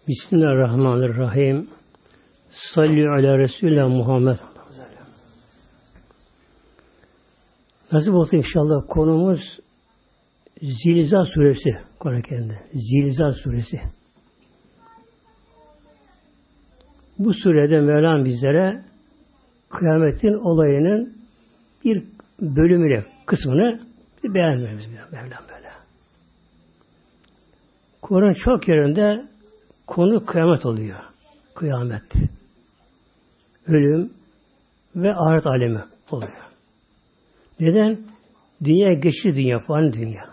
Bismillahirrahmanirrahim. Salli ala Resulullah Muhammed. Nasip olsun inşallah konumuz Zilzal suresi. Kur'an-ı Kerim'de. Zilzal suresi. Bu surede Mevlam bizlere kıyametin olayının bir bölümünü, kısmını beyan etmemiz Mevlam böyle. Kur'an çok yerinde konu kıyamet oluyor. Kıyamet. Ölüm ve ahiret alemi oluyor. Neden? Dünya geçici dünya, fani dünya.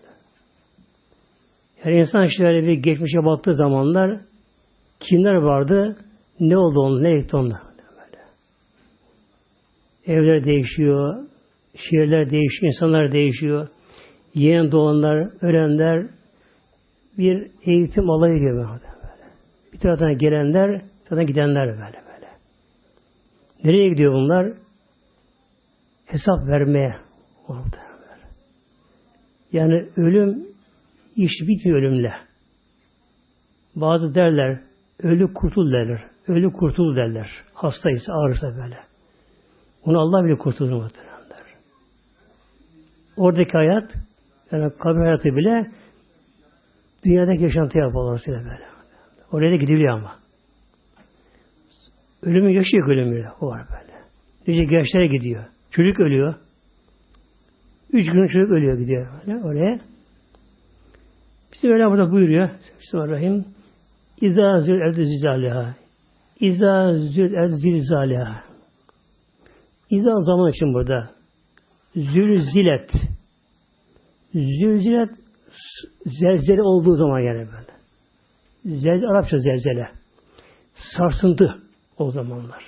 Yani insan şöyle bir geçmişe baktığı zamanlar kimler vardı, ne oldu onlar, ne etti onlar. Böyle. Evler değişiyor, şehirler değişiyor, insanlar değişiyor. Yeni doğanlar, ölenler bir eğitim olayı gibi böyle. Bir taraftan gelenler, bir taraftan gidenler böyle. Nereye gidiyor bunlar? Hesap vermeye. Yani ölüm iş bitmiyor ölümle. Bazı derler, ölü kurtul derler. Ölü kurtul derler. Hastaysa, ağrırsa böyle. Onu Allah bile kurtulur muhtemelenler. Oradaki hayat, yani kabir hayatı bile dünyadaki yaşantı yapıyorlar böyle. Oraya da gidiliyor ama. Ölümü yaşıyor ölümüyle. O var böyle. Nice gençlere gidiyor. Çocuk ölüyor. 3 gün çocuk ölüyor gidiyor böyle oraya. Bizim öyle burada buyuruyor. Bismillahirrahmanirrahim. İzâ zül'erdi zilzâliha. İzâ zül'erdi zilzâliha. İzâ zaman için burada. Zülzilet. Zülzilet zelzele olduğu zaman yani böyle. Zelzele, Arapça zelzele. Sarsıntı o zamanlar.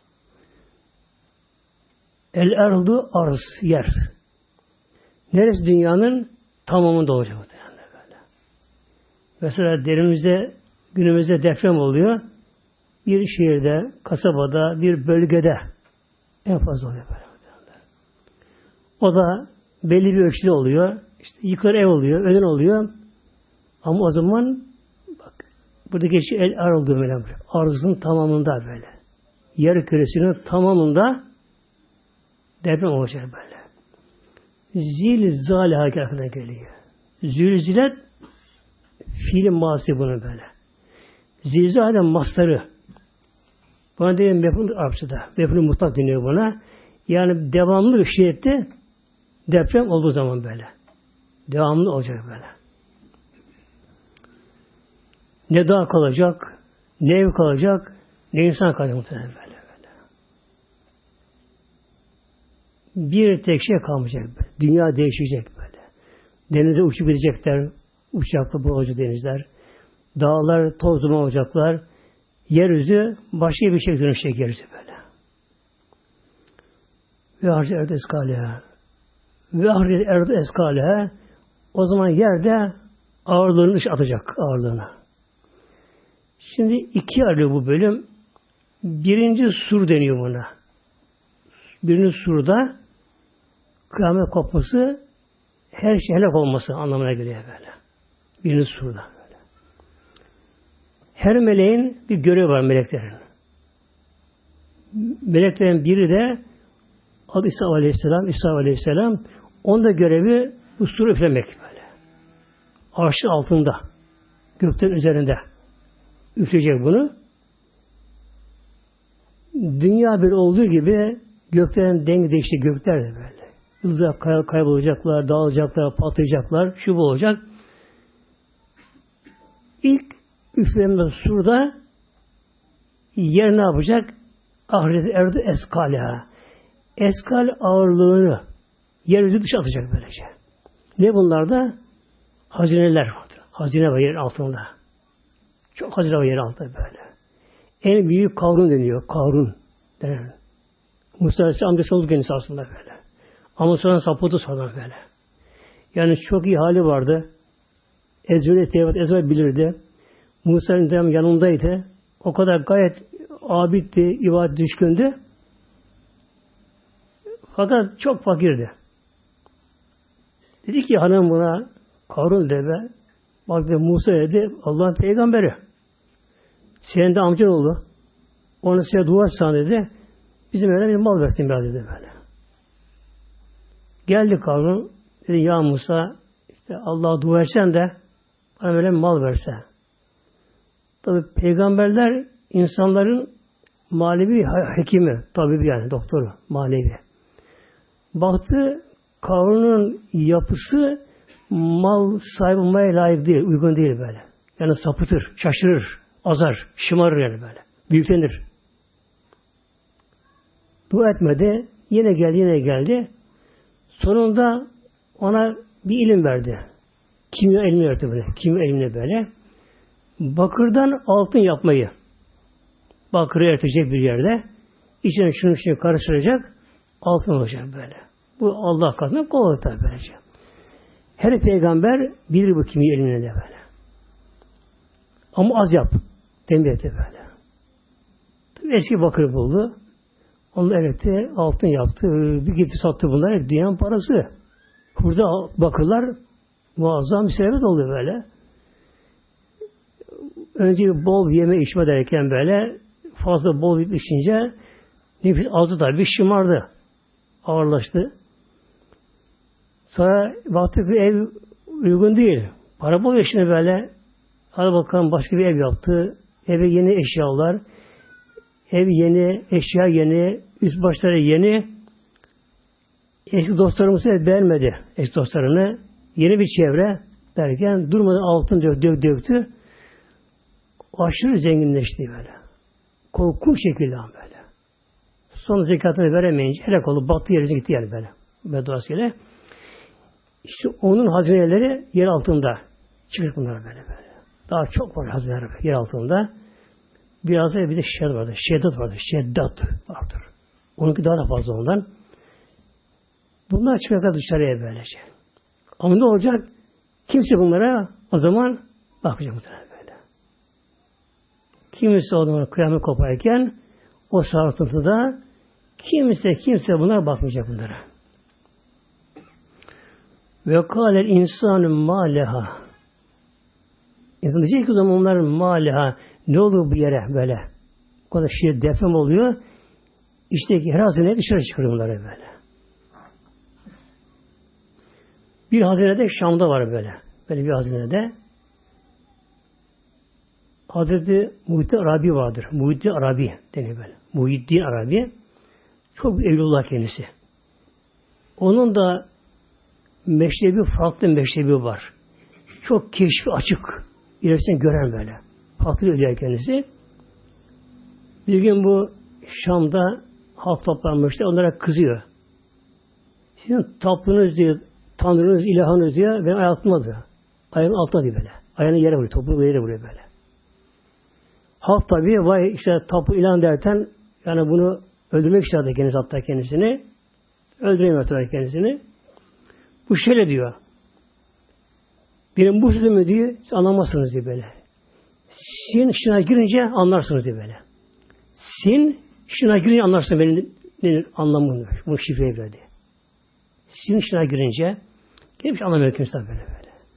El erdu arz, yer. Neresi dünyanın tamamında olacak böyle. Mesela günümüzde deprem oluyor. Bir şehirde, kasabada, bir bölgede en fazla oluyor böyle. O da belli bir ölçüde oluyor. İşte yıkılır ev oluyor, ölen oluyor. Ama o zaman bak burada geçiyor el ar olduğu böyle. Arzın tamamında böyle. Yer küresinin tamamında deprem olacak böyle. Zilzal hareketine geliyor. Zülzilet fiil masi bunu böyle. Zilzal'den mastarı. Buna diyelim mefhul Arapçada. Mefhul mutlak deniyor buna. Yani devamlı bir şiddette deprem olduğu zaman böyle. Devamlı olacak böyle. Ne dağ kalacak, ne ev kalacak, ne insan kalacak muhtemelen böyle. Bir tek şey kalmayacak böyle. Dünya değişecek böyle. Denize uçup gidecekler, uçakla boğulacak denizler. Dağlar toz duman olacaklar. Yeryüzü başka bir şey dönüşecek yeryüzü böyle. Ve harcı erde eskaleha. Ve harcı erde eskaleha. O zaman yerde ağırlığını dışa atacak ağırlığını. Şimdi ikiye ayrılıyor bu bölüm. Birinci sur deniyor buna. Birinci surda kıyamet kopması her şey helak olması anlamına geliyor böyle. Birinci surda böyle. Her meleğin bir görevi var meleklerin. Meleklerin biri de adı İsa Aleyhisselam. Onun da görevi bu suru üflemek böyle. Arşın altında. Gökten üzerinde. Üfleyecek bunu. Dünya bir olduğu gibi göklerin dengi değişti. Gökler de böyle. Yıldızlar kaybolacaklar, dağılacaklar, patlayacaklar. Şu bu olacak. İlk üfleme surda yer ne yapacak? Ahiret erdi eskaleha. Eskal ağırlığını yeryüzü dışa atacak böylece. Ne bunlarda? Hazineler vardır. Hazine var yer altında. Çok hazine var yer altında böyle. En büyük Karun deniyor. Karun deniyor. Musa Aleyhisselam amcası oldu kendisi aslında böyle. Ama sonra sapıtı sonra böyle. Yani çok iyi hali vardı. Ezber bilirdi. Musa Aleyhisselam yanındaydı. O kadar gayet abitti, ibadet düşkündü. Fakat çok fakirdi. Dedi ki hanım buna Karun dedi. Bak dedi Musa dedi Allah'ın peygamberi. Senin de amcan oğlu. Onu size dua etsen dedi. Bizim evine bir mal versin biraz dedi böyle. Geldi Karun. Dedi ya Musa işte Allah'a dua etsen de bana böyle bir mal verse. Tabi peygamberler insanların manevi hekimi, tabibi yani doktoru, manevi. Baktı Karun'un yapısı mal sahibi olmaya layık değil, uygun değil böyle. Yani sapıtır, şaşırır, azar, şımarır yani böyle. Büyüklenir. Dua etmedi. Yine geldi. Sonunda ona bir ilim verdi. Kimya ilmini öğretti böyle. Kimya ilmini böyle. Bakırdan altın yapmayı. Bakırı eritecek bir yerde. İçine şunu karıştıracak. Altın olacak böyle. Bu Allah katında kolay tabi böylece. Her peygamber bilir bu kimya ilmini de böyle. Ama az yap. Tembih etti böyle. Tabii eski bakır buldu. Onu eritti, altın yaptı. Bir gitti sattı bunları. Dünyanın parası. Burada bakırlar muazzam bir servet oldu böyle. Önce bol yeme içme derken böyle fazla bol içince nefis azı da bir şımardı. Ağırlaştı. Sonra baktık bir ev uygun değil. Para bol şimdi böyle. Hadi bakalım başka bir ev yaptı. Eve yeni eşyalar. Ev yeni, eşya yeni, üst başları yeni. Eski dostlarımızı beğenmedi. Eski dostlarını. Yeni bir çevre derken durmadan altın döktü. Aşırı zenginleşti böyle. Korkunç şekilde böyle. Son zekatını veremeyince helak olup battı yerine gitti yani böyle. Bedduasıyla. İşte onun hazineleri yer altında. Çıkıyor bunlar böyle. Daha çok var hazineler yer altında. Biraz da bir de şeddat vardır. Şeddat vardır. Onunki daha da fazla ondan. Bunlar çıkacak dışarıya böylece. Ama ne olacak? Kimse bunlara o zaman bakmayacak muhtemelen böyle. Kimse o zaman kıyamet koparken o sarsıntıda kimse bunlara bakmayacak bunlara. Ve kâlel insânü mâleha. İnsan diyecek ki o zaman onlar mâleha. Ne olur bu yere böyle? O kadar deprem oluyor. İşte her hazine dışarı çıkıyor bunlara böyle. Bir hazinede Şam'da var böyle. Böyle bir hazinede. Hazreti Muhyiddin Arabi vardır. Muhyiddin Arabi deniyor böyle. Muhyiddin Arabi. Çok evlullah kendisi. Onun da farklı meşrebi var. Çok keşfi açık. İlerisini gören böyle. Farklı evliya kendisi. Bir gün bu Şam'da halk toplanmıştı. Onlara kızıyor. Sizin taplunuz diyor, tanrınız, ilahınız diyor, benim ayağıma diyor. Ayağının altına diyor böyle. Ayağını yere vuruyor, topuğunu yere vuruyor böyle. Halk tabi vay işte tapu ilan derken yani bunu öldürmek isterdi kendisi hatta kendisini. Öldüremiyor tabii kendisini. Bu şöyle diyor. Benim bu sözümü diyor, siz anlamazsınız diyor böyle. Sin şuna girince anlarsınız diyor böyle. Sin şuna girince anlarsın benim anlamını. Bu şifreyi verdi. Sin şuna girince kimse anlamıyor kimse böyle.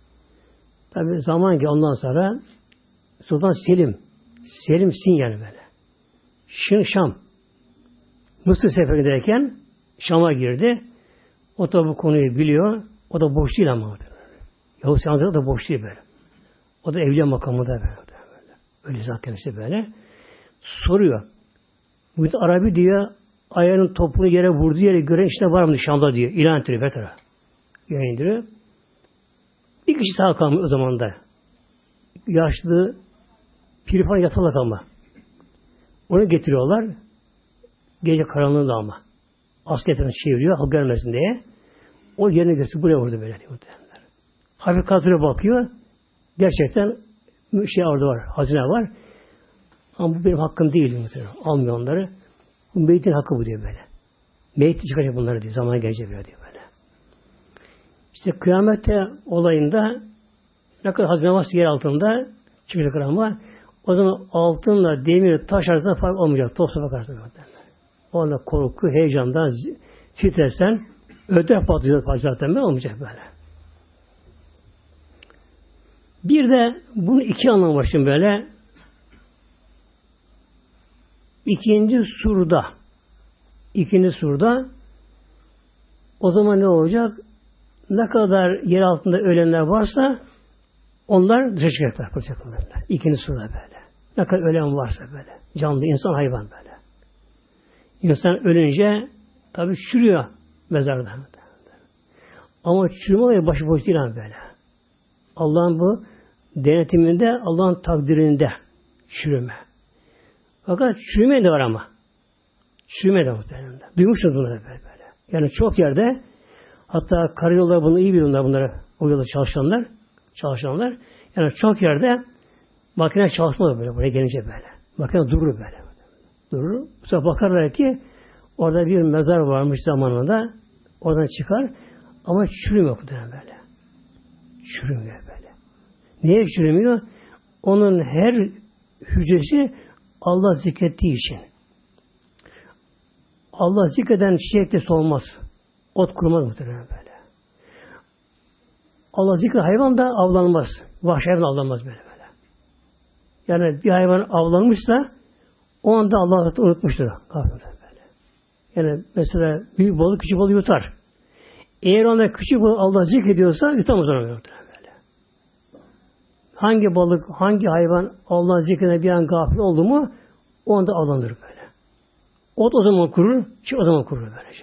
Tabi zaman ki ondan sonra Sultan Selim Sin yani böyle. Şam. Mısır seferindeyken Şam'a girdi. O da bu konuyu biliyor. O da boş değil ama. Yavuz Yanzı'da da boş değil böyle. O da evliya makamında böyle. Öyle zaten işte böyle. Soruyor. Muhyiddin Arabi diyor ayağının topunu yere vurduğu yere gören işte var mı Şam'da diyor. İlan ettiriyor Betara. İlan indiriyor. Bir kişi sağ kalmıyor o zaman da. Yaşlı pirifan yatalak ama. Onu getiriyorlar. Gece karanlığında ama. Askerden çeviriyor. Halk gelmesin diye. O yerine götürüp buraya vurdu böyle diyor. Hafif kazıra bakıyor. Gerçekten orada var. Hazine var. Ama bu benim hakkım değil. Almıyor onları. Bu meyyitin hakkı bu diyor böyle. Meyyit çıkacak bunları diyor. Zaman gelecek diyor böyle. İşte kıyamette olayında ne kadar hazine varsa yer altında çıkacak ama o zaman altınla demir taş arasında fark olmayacak. Toz toprak arasında. Onunla korku, heyecandan stresten ödef patlayacak zaten olmayacak böyle. Bir de bunun iki anlamı var şimdi böyle. İkinci surda o zaman ne olacak? Ne kadar yer altında ölenler varsa onlar dışarı çıkacaklar. İkinci surda böyle. Ne kadar ölen varsa böyle. Canlı, insan, hayvan böyle. İnsan ölünce tabii çürüyor mezarda. Ama çürüme olayı başıboş değil böyle. Allah'ın bu denetiminde, Allah'ın takdirinde çürüme. Fakat çürüme de var ama. Çürüme de muhtemelen. Duymuşsunuz bunları böyle. Yani çok yerde, hatta karayollar bunu iyi biliyorlar, bunları o yolda çalışanlar. Yani çok yerde makine çalışmıyor böyle, buraya gelince böyle. Makine durur böyle. Durur. Bu sefer bakarlar ki orada bir mezar varmış zamanında, oradan çıkar ama çürümüyor böyle. Çürümüyor böyle. Niye çürümüyor? Onun her hücresi Allah zikrettiği için. Allah zikreden çiçekte solmaz. Ot kurmaz muhtemelen böyle. Allah zikret hayvan da avlanmaz. Vahşi hayvan avlanmaz böyle. Yani bir hayvan avlanmışsa o anda Allah'ı unutmuştur. Böyle. Yani mesela büyük balık küçük balığı yutar. Eğer onda küçük balık Allah zikrediyorsa yutamaz onu böyle. Hangi balık, hangi hayvan Allah zikrine bir an gafil oldu mu o anda avlanır böyle. Ot o zaman kurur, çiğ o zaman kurur böylece.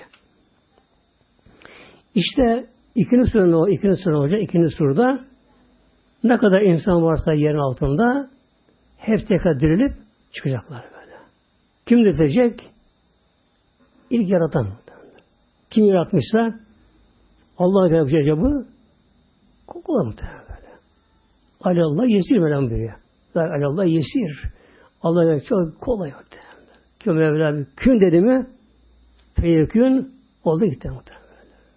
İşte ikinci sure olacak. İkinci surda ne kadar insan varsa yerin altında hep tekrar dirilip çıkacaklar böyle. Kim direcek? İlk yaratan. Kim yaratmışsa Allah'a göre yapacak bu kolay muhtemelen böyle. Alallah yesir Mevlam buyuruyor. Alallah yesir. Allah'a göre çok kolay muhtemelen. Ki Mevla bir kün dedi mi feyekün oldu gitti muhtemelen.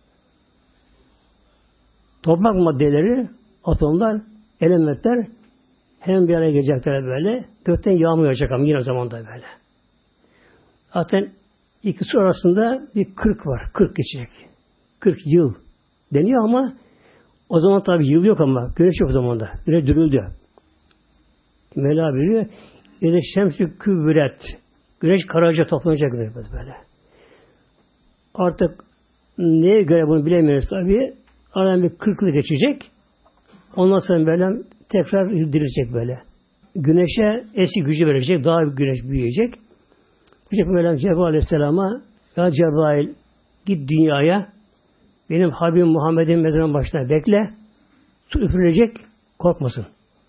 Toprak maddeleri, atomlar, elementler hem bir araya gelecekler böyle. Gökten yağmur yağacak ama yine o zaman da böyle. Zaten ikisi arasında bir 40 var. 40 geçecek. 40 yıl deniyor ama o zaman tabi yıl yok ama güneş yok o zaman da. Güneş dürüldü. Mevla biliyor. Yani şemsi kübret. Güneş karaca toplanacak böyle. Artık neye göre bunu bilemiyoruz tabi. Aradan bir 40 yıl geçecek. Ondan sonra böyle tekrar dirilecek böyle. Güneşe eski gücü verecek. Daha bir güneş büyüyecek. Bu şekilde Mevlam Cebrail Aleyhisselam'a ya Cebrail git dünyaya benim Habibim Muhammed'in mezarının başına bekle. Su üfürülecek. Korkmasın.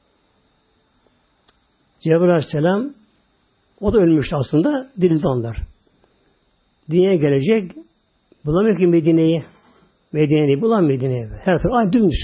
Cebrail Aleyhisselam o da ölmüştü aslında. Dirildi onlar. Dünyaya gelecek. Bulamıyor ki Medine'yi. Medine'yi bulamıyor Medine'yi. Her taraf aynı dümdüz.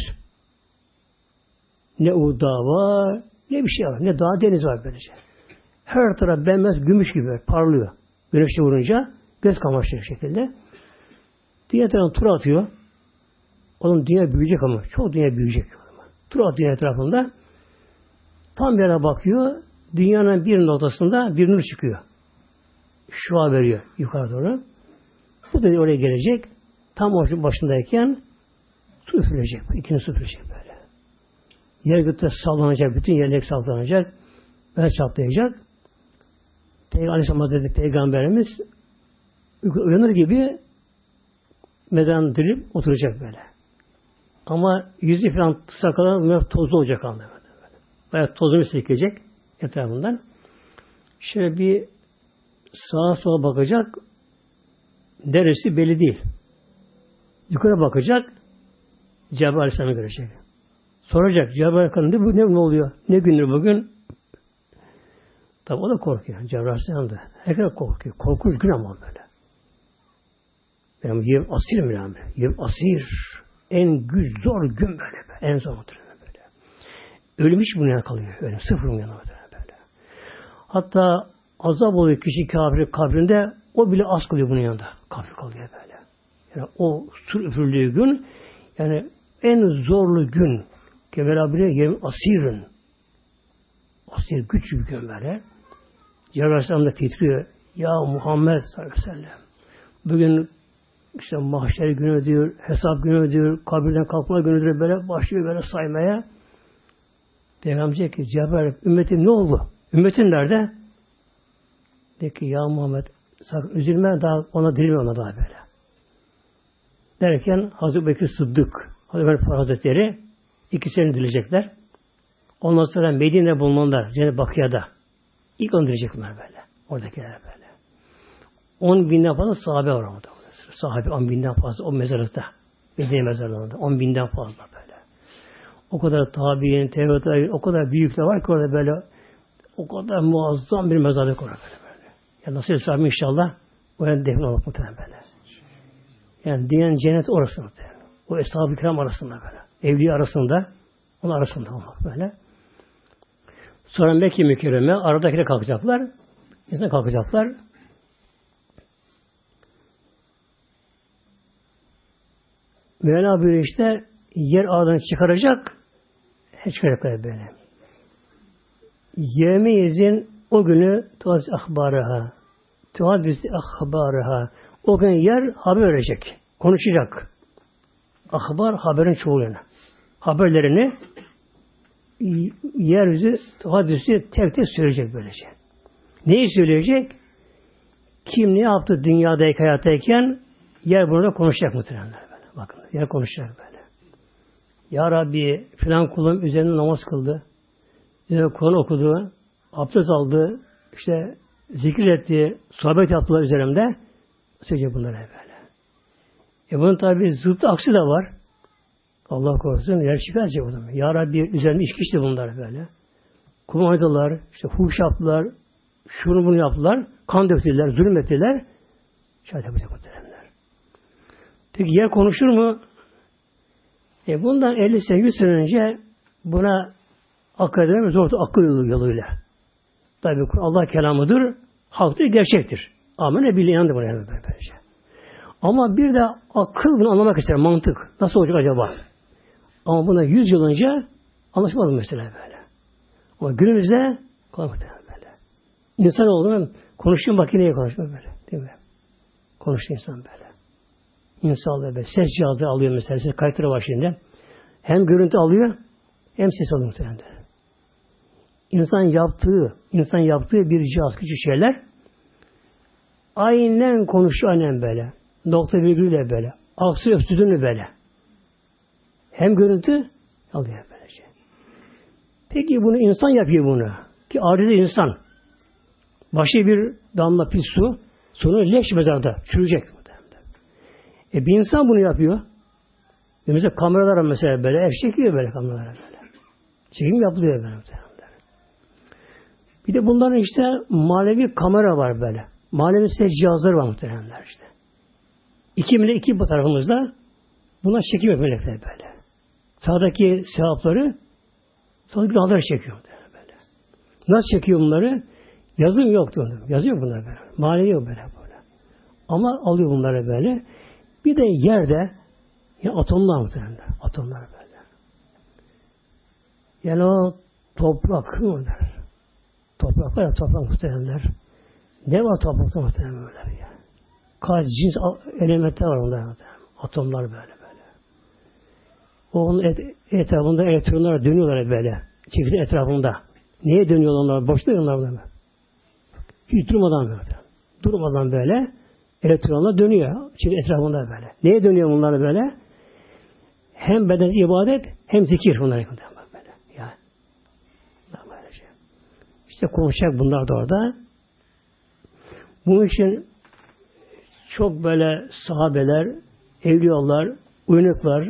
Ne uğda var, ne bir şey var. Ne dağ deniz var böylece. Her taraf bembeyaz gümüş gibi parlıyor. Güneşle vurunca göz kamaştırır şekilde. Diğer taraftan tur atıyor. Onun dünya büyüyecek ama. Çok dünya büyüyecek. Tur atıyor etrafında. Tam bir yere bakıyor. Dünyanın bir noktasında bir nur çıkıyor. Şua veriyor yukarı doğru. Bu da oraya gelecek. Tam o başındayken su üfürülecek. İkinci su üfürülecek böyle. Yer gökte sallanacak. Bütün yerler sallanacak. Böyle çatlayacak. Aleyhisselam Hazretleri Peygamberimiz uyanır gibi mezarını dirilip oturacak böyle. Ama yüzü falan tutsak kadar tozlu olacak anlamında. Bayağı tozunu silkecek etrafından. Şöyle bir sağa sola bakacak. Neresi belli değil. Yukarı bakacak. Cebrail Aleyhisselam'ı görecek. Soracak. Cebrail Aleyhisselam ne oluyor? Ne gündür bugün? Tabi o da korkuyor. Cebrail Aleyhisselam da. Herkes korkuyor. Korkunç gün ama böyle. Yani yerim asir mi lan? Yerim asir. En zor gün böyle. En zor böyle. Ölüm hiç bunun yanına kalıyor. Ölüm sıfır bunun yanına böyle. Hatta azap oluyor kişi kabrinde o bile az kalıyor bunun yanında. Kabir kalıyor böyle. Yani o su üfürüldüğü gün yani en zorlu gün. Kevela bile yerim asirin. Asir güç bir gün böyle. Cebrail Aleyhisselam da titriyor. Ya Muhammed sallallahu aleyhi ve sellem. Bugün işte mahşer günü diyor, hesap günü diyor, kabirden kalkma günü diyor, böyle başlıyor böyle saymaya. Peygamber ki Cebrail ümmetin ne oldu? Ümmetin nerede? De ki ya Muhammed sakın üzülme, daha ona dirilme ona daha böyle. Derken Hazreti Bekir Sıddık, Hazreti Ömer Hazretleri ikisini dilecekler. Ondan sonra Medine'de bulunanlar, Cennet-i Bakıya'da ilk onu dilecekler böyle. Oradakiler böyle. 10 binden fazla sahabe var orada. Sahabe 10 binden fazla o mezarlıkta. Medine mezarlığında 10 binden fazla böyle. O kadar tabi'in, tevhid, o kadar büyükler var ki orada böyle, o kadar muazzam bir mezarlık orada böyle. Yani nasıl hesabı inşallah o yani defin olmak muhtemelen böyle. Yani dünyanın cennet orası muhtemelen. O Eshab-ı Kiram arasında böyle. Evliya arasında, onun arasında olmak böyle. Sonra Mekke mükerreme aradakine kalkacaklar. İnsan kalkacaklar. Mevla böyle işte yer ağdan çıkaracak, çıkaracaklar böyle. Yevmeyizin o günü tuhadis ahbaraha. Tuhadis ahbaraha. O gün yer haber verecek. Konuşacak. Ahbar haberin çoğulunu. Haberlerini yeryüzü hadisi tek tek söyleyecek böylece. Neyi söyleyecek? Kim ne yaptı dünyadaki hayattayken yer burada konuşacak muhtemelen böyle. Bakın yer konuşacak böyle. Ya Rabbi filan kulum üzerine namaz kıldı. Üzerine Kur'an okudu. Abdest aldı. İşte zikir etti. Sohbet yaptılar üzerimde. Söyleyecek bunlara böyle. Bunun tabi zıttı aksi de var. Allah korusun yer çıkaracak o zaman. Ya Rabbi üzerine içki içti bunlar böyle. Kum oynadılar, işte fuhuş yaptılar, şunu bunu yaptılar, kan döktüler, zulüm ettiler. Şöyle yapacak muhtemelenler. Peki yer konuşur mu? Bundan 50 sene, 100 sene önce buna akıl edemez, zor akıl yoluyla. Tabi Allah kelamıdır, haktır, gerçektir. Amen bile inandı buna yani böylece. Ama bir de akıl bunu anlamak ister, mantık. Nasıl olacak acaba? Ama buna 100 yıl önce anlaşılmadı mesela böyle. Ama günümüzde kolay böyle. İnsan olduğunu konuştuğu makineye konuşuyor böyle. Değil mi? Konuştu insan böyle. İnsan böyle. Ses cihazı alıyor mesela. Ses kayıtları var şimdi. Hem görüntü alıyor hem ses alıyor muhtemelen. İnsan yaptığı bir cihaz, küçük şeyler aynen konuşuyor aynen böyle. Nokta virgülle böyle. Aksi öptüdüğünü böyle. Hem görüntü alıyor böylece. Peki bunu insan yapıyor bunu. Ki adeta insan. Başı bir damla pis su, sonra leş mezarda çürüyecek. Bir insan bunu yapıyor. Mesela kameralar mesela böyle, çekiyor böyle kameralar böyle. Çekim yapılıyor böyle. Bir de bunların işte manevi kamera var böyle. Manevi ses cihazları var muhtemelenler işte. İki bu tarafımızda buna çekim yapıyor böyle. Sağdaki sevapları sonra günahları çekiyor böyle. Nasıl çekiyor bunları? Yazım yoktu. Yazıyor bunlar böyle. Manevi yok böyle. Ama alıyor bunları böyle. Bir de yerde yani atomlar muhtemelen. Atomlar böyle. Yani o toprak muhtemelen. Toprak var ya, toprak muhtemelenler. Ne var toprakta muhtemelen böyle ya. Kaç cins elementler var onlar muhtemelen. Atomlar böyle. Onun etrafında elektronlar dönüyorlar böyle. Çekirdeğin etrafında. Neye dönüyorlar onlar? Boşta dönüyorlar böyle. Hiç durmadan böyle elektronlar dönüyor. Çekirdeğin etrafında böyle. Neye dönüyor bunlar böyle? Hem beden ibadet hem zikir bunlar böyle. Ya. İşte konuşacak bunlar da orada. Bunun için çok böyle sahabeler, evliyalar, uyanıklar,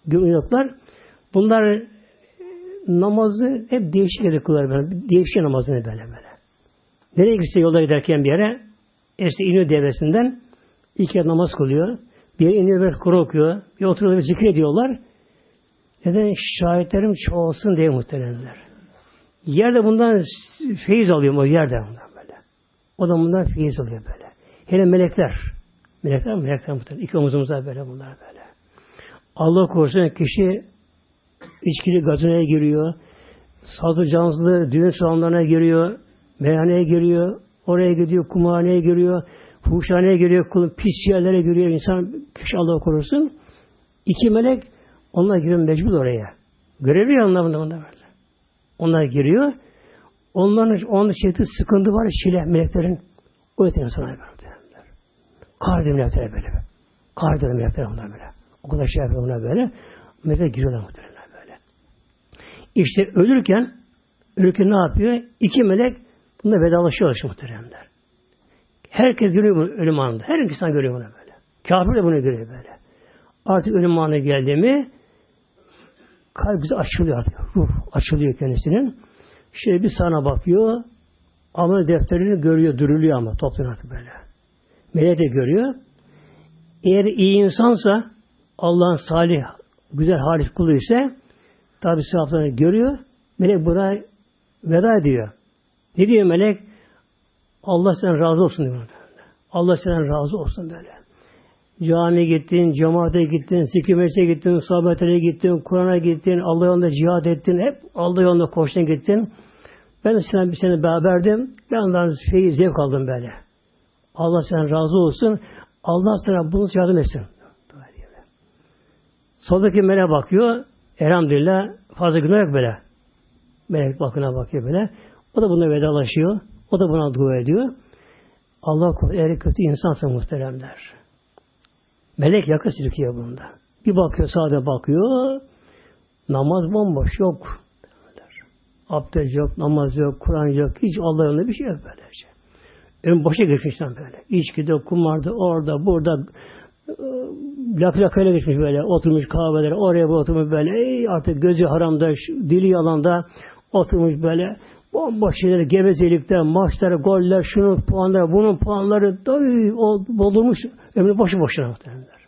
bunlar namazı hep değişik yerde kılar böyle. Değişik namazını böyle. Nereye gitse yolda giderken bir yere iniyor devresinden ilk yer namaz kılıyor. Bir yere iniyor biraz Kur'an okuyor. Bir oturuyor bir zikir ediyorlar. Neden? Şahitlerim çoğalsın diye muhtemelenler. Yerde bundan feyiz alıyor o yerde bundan böyle. O da bundan feyiz alıyor böyle. Hele melekler muhtemelen. İki omuzumuza böyle bunlar böyle. Allah korusun kişi içkili gazinoya giriyor. Sazlı canslı düğün salonlarına giriyor. Meyhaneye giriyor. Oraya gidiyor. Kumarhaneye giriyor. Fuhuşhaneye giriyor. Pis yerlere giriyor. İnsan kişi Allah korusun. İki melek onlar giriyor mecbur oraya. Görevli yanlarında bunlar var. Onlar giriyor. Onların çektiği sıkıntı var. Şile meleklerin. O yüzden insana böyle. Kar diyor melekler böyle. Kar diyor melekler bunlar böyle. O kadar şey yapıyor bunlar böyle. Melekler giriyorlar muhtemelen böyle. İşte ölürken ne yapıyor? İki melek bununla vedalaşıyor muhteremler. Herkes görüyor bunu ölüm anında. Her insan görüyor bunu böyle. Kafir de bunu görüyor böyle. Artık ölüm anına geldi mi kalp bize açılıyor artık. Ruh açılıyor kendisinin. Şöyle bir sana bakıyor. Amel defterini görüyor, duruluyor ama topluyor artık böyle. Melek de görüyor. Eğer iyi insansa Allah'ın salih, güzel halis kulu ise tabi sevaplarını görüyor. Melek buna veda ediyor. Ne diyor melek? Allah senden razı olsun diyor. Allah senden razı olsun böyle. Camiye gittin, cemaate gittin, zikir gittin, sohbetlere gittin, Kur'an'a gittin, Allah yolunda cihad ettin, hep Allah yolunda koştun gittin. Ben de bir sene beraberdim. Ben ondan zevk aldım böyle. Allah senden razı olsun. Allah sana bunu yardım etsin. Soldaki meleğe bakıyor. Elhamdülillah fazla günah yok böyle. Melek bakına bakıyor böyle. O da buna vedalaşıyor. O da buna dua ediyor. Allah korusun. Eğer kötü insansa muhteremler. Melek yakın silkiyor bunda. Bir bakıyor sağda bakıyor. Namaz bomboş yok. Abdest yok, namaz yok, Kur'an yok. Hiç Allah yolunda bir şey yok böylece. Ön boşa geçmişten böyle. İçkide, kumarda, orada, burada lakayla geçmiş böyle. Oturmuş kahvelere, oraya oturmuş böyle. Artık gözü haramda, dili yalanda oturmuş böyle. Bomboş şeyler, gevezelikler, maçlar, goller, şunun puanları, bunun puanları doldurmuş. Ömrü boşu boşuna muhtemelenler.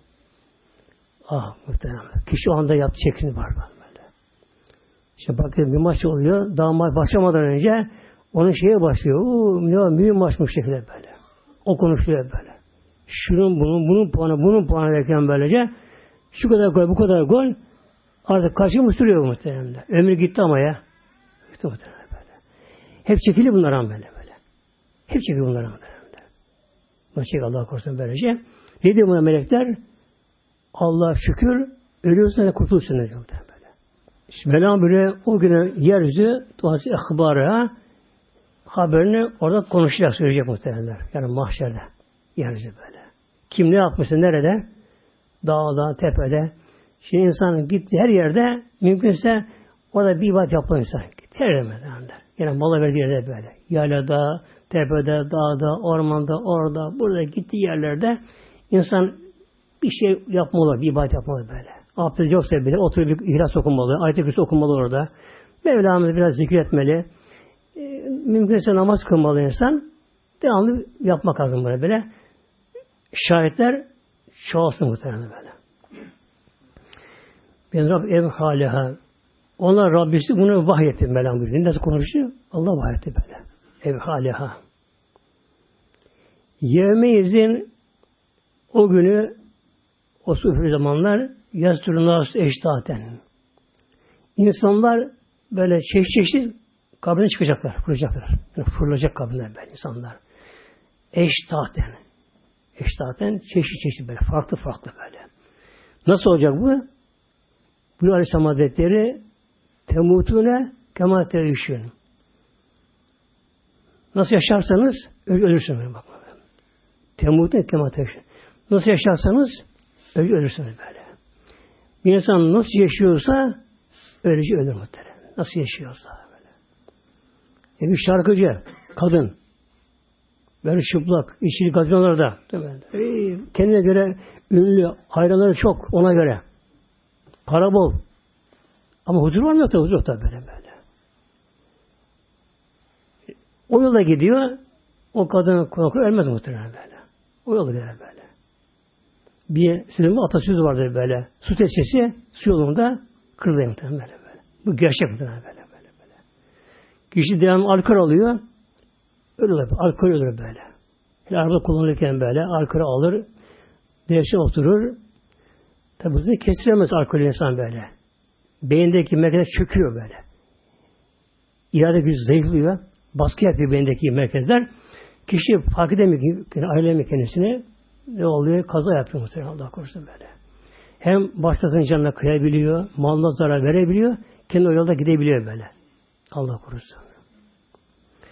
Ah muhtemelen. Kişi o anda yaptığı şeklini var böyle. İşte bakın bir maç oluyor. Daha maç başlamadan önce onun şeye başlıyor. Ne mühim maçmış şekilde böyle. O konuşuyor böyle. Şunun bunun puanı derken böylece şu kadar gol, bu kadar gol artık kaçı mı sürüyor muhtemelen. Ömrü gitti ama ya. Gitti muhtemelen böyle. Hep çekili bunlardan böyle. Hep çekili bunlardan böyle. Maçık Allah korusun böylece. Ne diyor buna melekler? Allah şükür ölüyorsun da kurtulsun diyor böyle. Şimdi Mevlam böyle o güne yeryüzü tuhası ehbara haberini orada konuşacak, söyleyecek muhtemelenler. Yani mahşerde. Yeryüzü böyle. Kim ne yapmışsa nerede? Dağda, tepede. Şimdi insan gitti her yerde mümkünse orada bir ibadet yapmalı insan. Her yerde. Yani mola verdiği yerde böyle. Yaylada, tepede, dağda, ormanda, orada, burada gittiği yerlerde insan bir şey yapmalı, bir ibadet yapmalı böyle. Abdest yoksa bile oturup bir ihlas okunmalı, ayet-i kürsü okunmalı orada. Mevlamızı biraz zikretmeli. Mümkünse namaz kılmalı insan. Devamlı yapmak lazım böyle. Şahitler çoğalsın muhtemelen böyle. Ben Rab ev haliha. Onlar Rabbisi bunu vahyetti Mevlam buyuruyor. Nasıl konuşuyor? Allah vahyetti böyle. Ev haliha. Yevmeyizin o günü o süfür zamanlar yastırın nas eştaten. İnsanlar böyle çeşit kabrine çıkacaklar, fırlayacaklar. Yani fırlayacak kabirler böyle insanlar. Eştaten. Eştaten çeşit böyle, farklı böyle. Nasıl olacak bu? Bu Aleyhisselam Hazretleri temutune kema teüşün. Nasıl yaşarsanız ölürsünüz. Temutune kema teüşün. Nasıl yaşarsanız ölürsünüz böyle. Bir insan nasıl yaşıyorsa öylece ölür muhtemelen. Nasıl yaşıyorsa böyle. Bir şarkıcı, kadın böyle çıplak, işçilik gazinolarda kendine göre ünlü, hayranları çok ona göre. Para bol. Ama huzur var mı yok da huzur yok da böyle. O yola gidiyor, o kadın korkuyor, ölmez muhtemelen böyle. O yola gider böyle. Bir sürümde atasözü vardır böyle. Su testisi su yolunda kırılıyor muhtemelen böyle. Bu gerçek muhtemelen böyle. Kişi devamlı alkol alıyor, ölür, alkol ölür böyle. Yani araba kullanırken böyle alkol alır, direksiyon oturur. Tabi bu yüzden kestiremez alkol insan böyle. Beyindeki merkezler çöküyor böyle. İrade gücü zayıflıyor. Baskı yapıyor beyindeki merkezler. Kişi fark edemiyor, ayrılamıyor kendisini. Ne oluyor? Kaza yapıyor muhtemelen Allah korusun böyle. Hem başkasının canına kıyabiliyor, malına zarar verebiliyor, kendi o yolda gidebiliyor böyle. Allah korusun.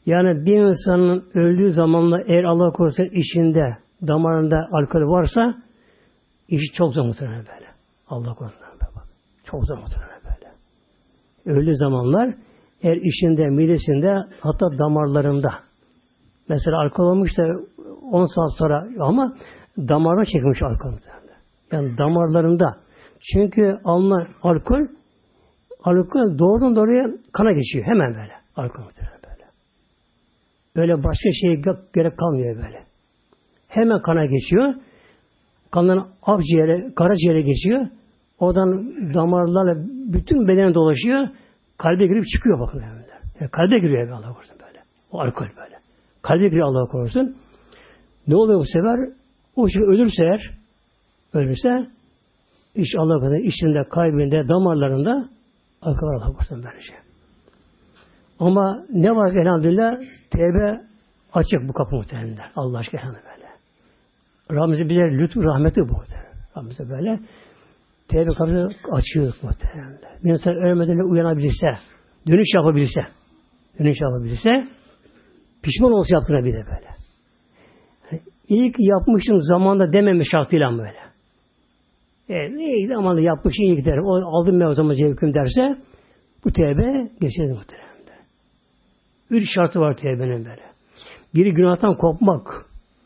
Yani bir insanın öldüğü zamanla eğer Allah korusun içinde, damarında alkol varsa işi çok zor muhtemelen böyle. Allah korusun. Çok zor muhtemelen böyle. Öldüğü zamanlar eğer içinde, midesinde, hatta damarlarında. Mesela alkol olmuş da 10 saat sonra ama damarına çekmiş alkol. Yani damarlarında. Çünkü alınan alkol doğrudan doğruya kana geçiyor. Hemen böyle. Alkol böyle. Böyle başka şeye gerek kalmıyor böyle. Hemen kana geçiyor. Kandan akciğere, karaciğere geçiyor. Oradan damarlarla bütün bedene dolaşıyor. Kalbe girip çıkıyor bakın. Yani kalbe giriyor Allah korusun böyle. O alkol böyle. Kalbe giriyor Allah korusun. Ne oluyor bu sefer? O şey ölürse iş Allah korusun içinde, kalbinde, damarlarında alkol var Allah korusun böylece. Ama ne var ki elhamdülillah tevbe açık bu kapı muhtemelen. Allah aşkına böyle. Rabbimize bize lütfu rahmeti bu muhtemelen. Rabbimize böyle tevbe kapısı açıyor muhtemelen. Bir insan ölmeden uyanabilirse, dönüş yapabilirse pişman olsa yaptığına bir de böyle. Yani ilk yapmışım zamanda dememiş şartıyla mı böyle? İyi zamanda yapmışım iyi giderim. Aldım ben o zaman zevkim derse bu tevbe geçer muhtemelen. Üç şartı var tevbenin böyle. Biri günahtan kopmak.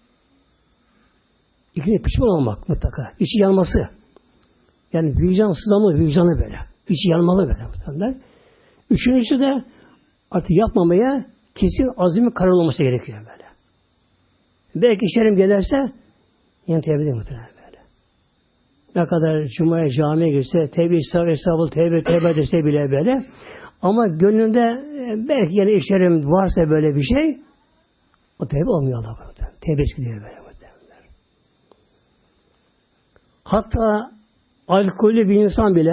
İkincisi pişman olmak mutlaka. İçi yanması. Yani vicdan sızlamı, vicdanı böyle. İçi yanmalı böyle muhtemelen. Üçüncüsü de artık yapmamaya kesin azimi karar olması gerekiyor böyle. Belki işlerim gelirse yine tevbe edeyim muhtemelen böyle. Ne kadar cumaya camiye girse, tevbe tevbe dese bile böyle. Ama gönlünde belki yine işlerim varsa böyle bir şey, o tevbe olmuyor Allah korusun. Tevbe gidiyor böyle muhtemelen. Hatta alkollü bir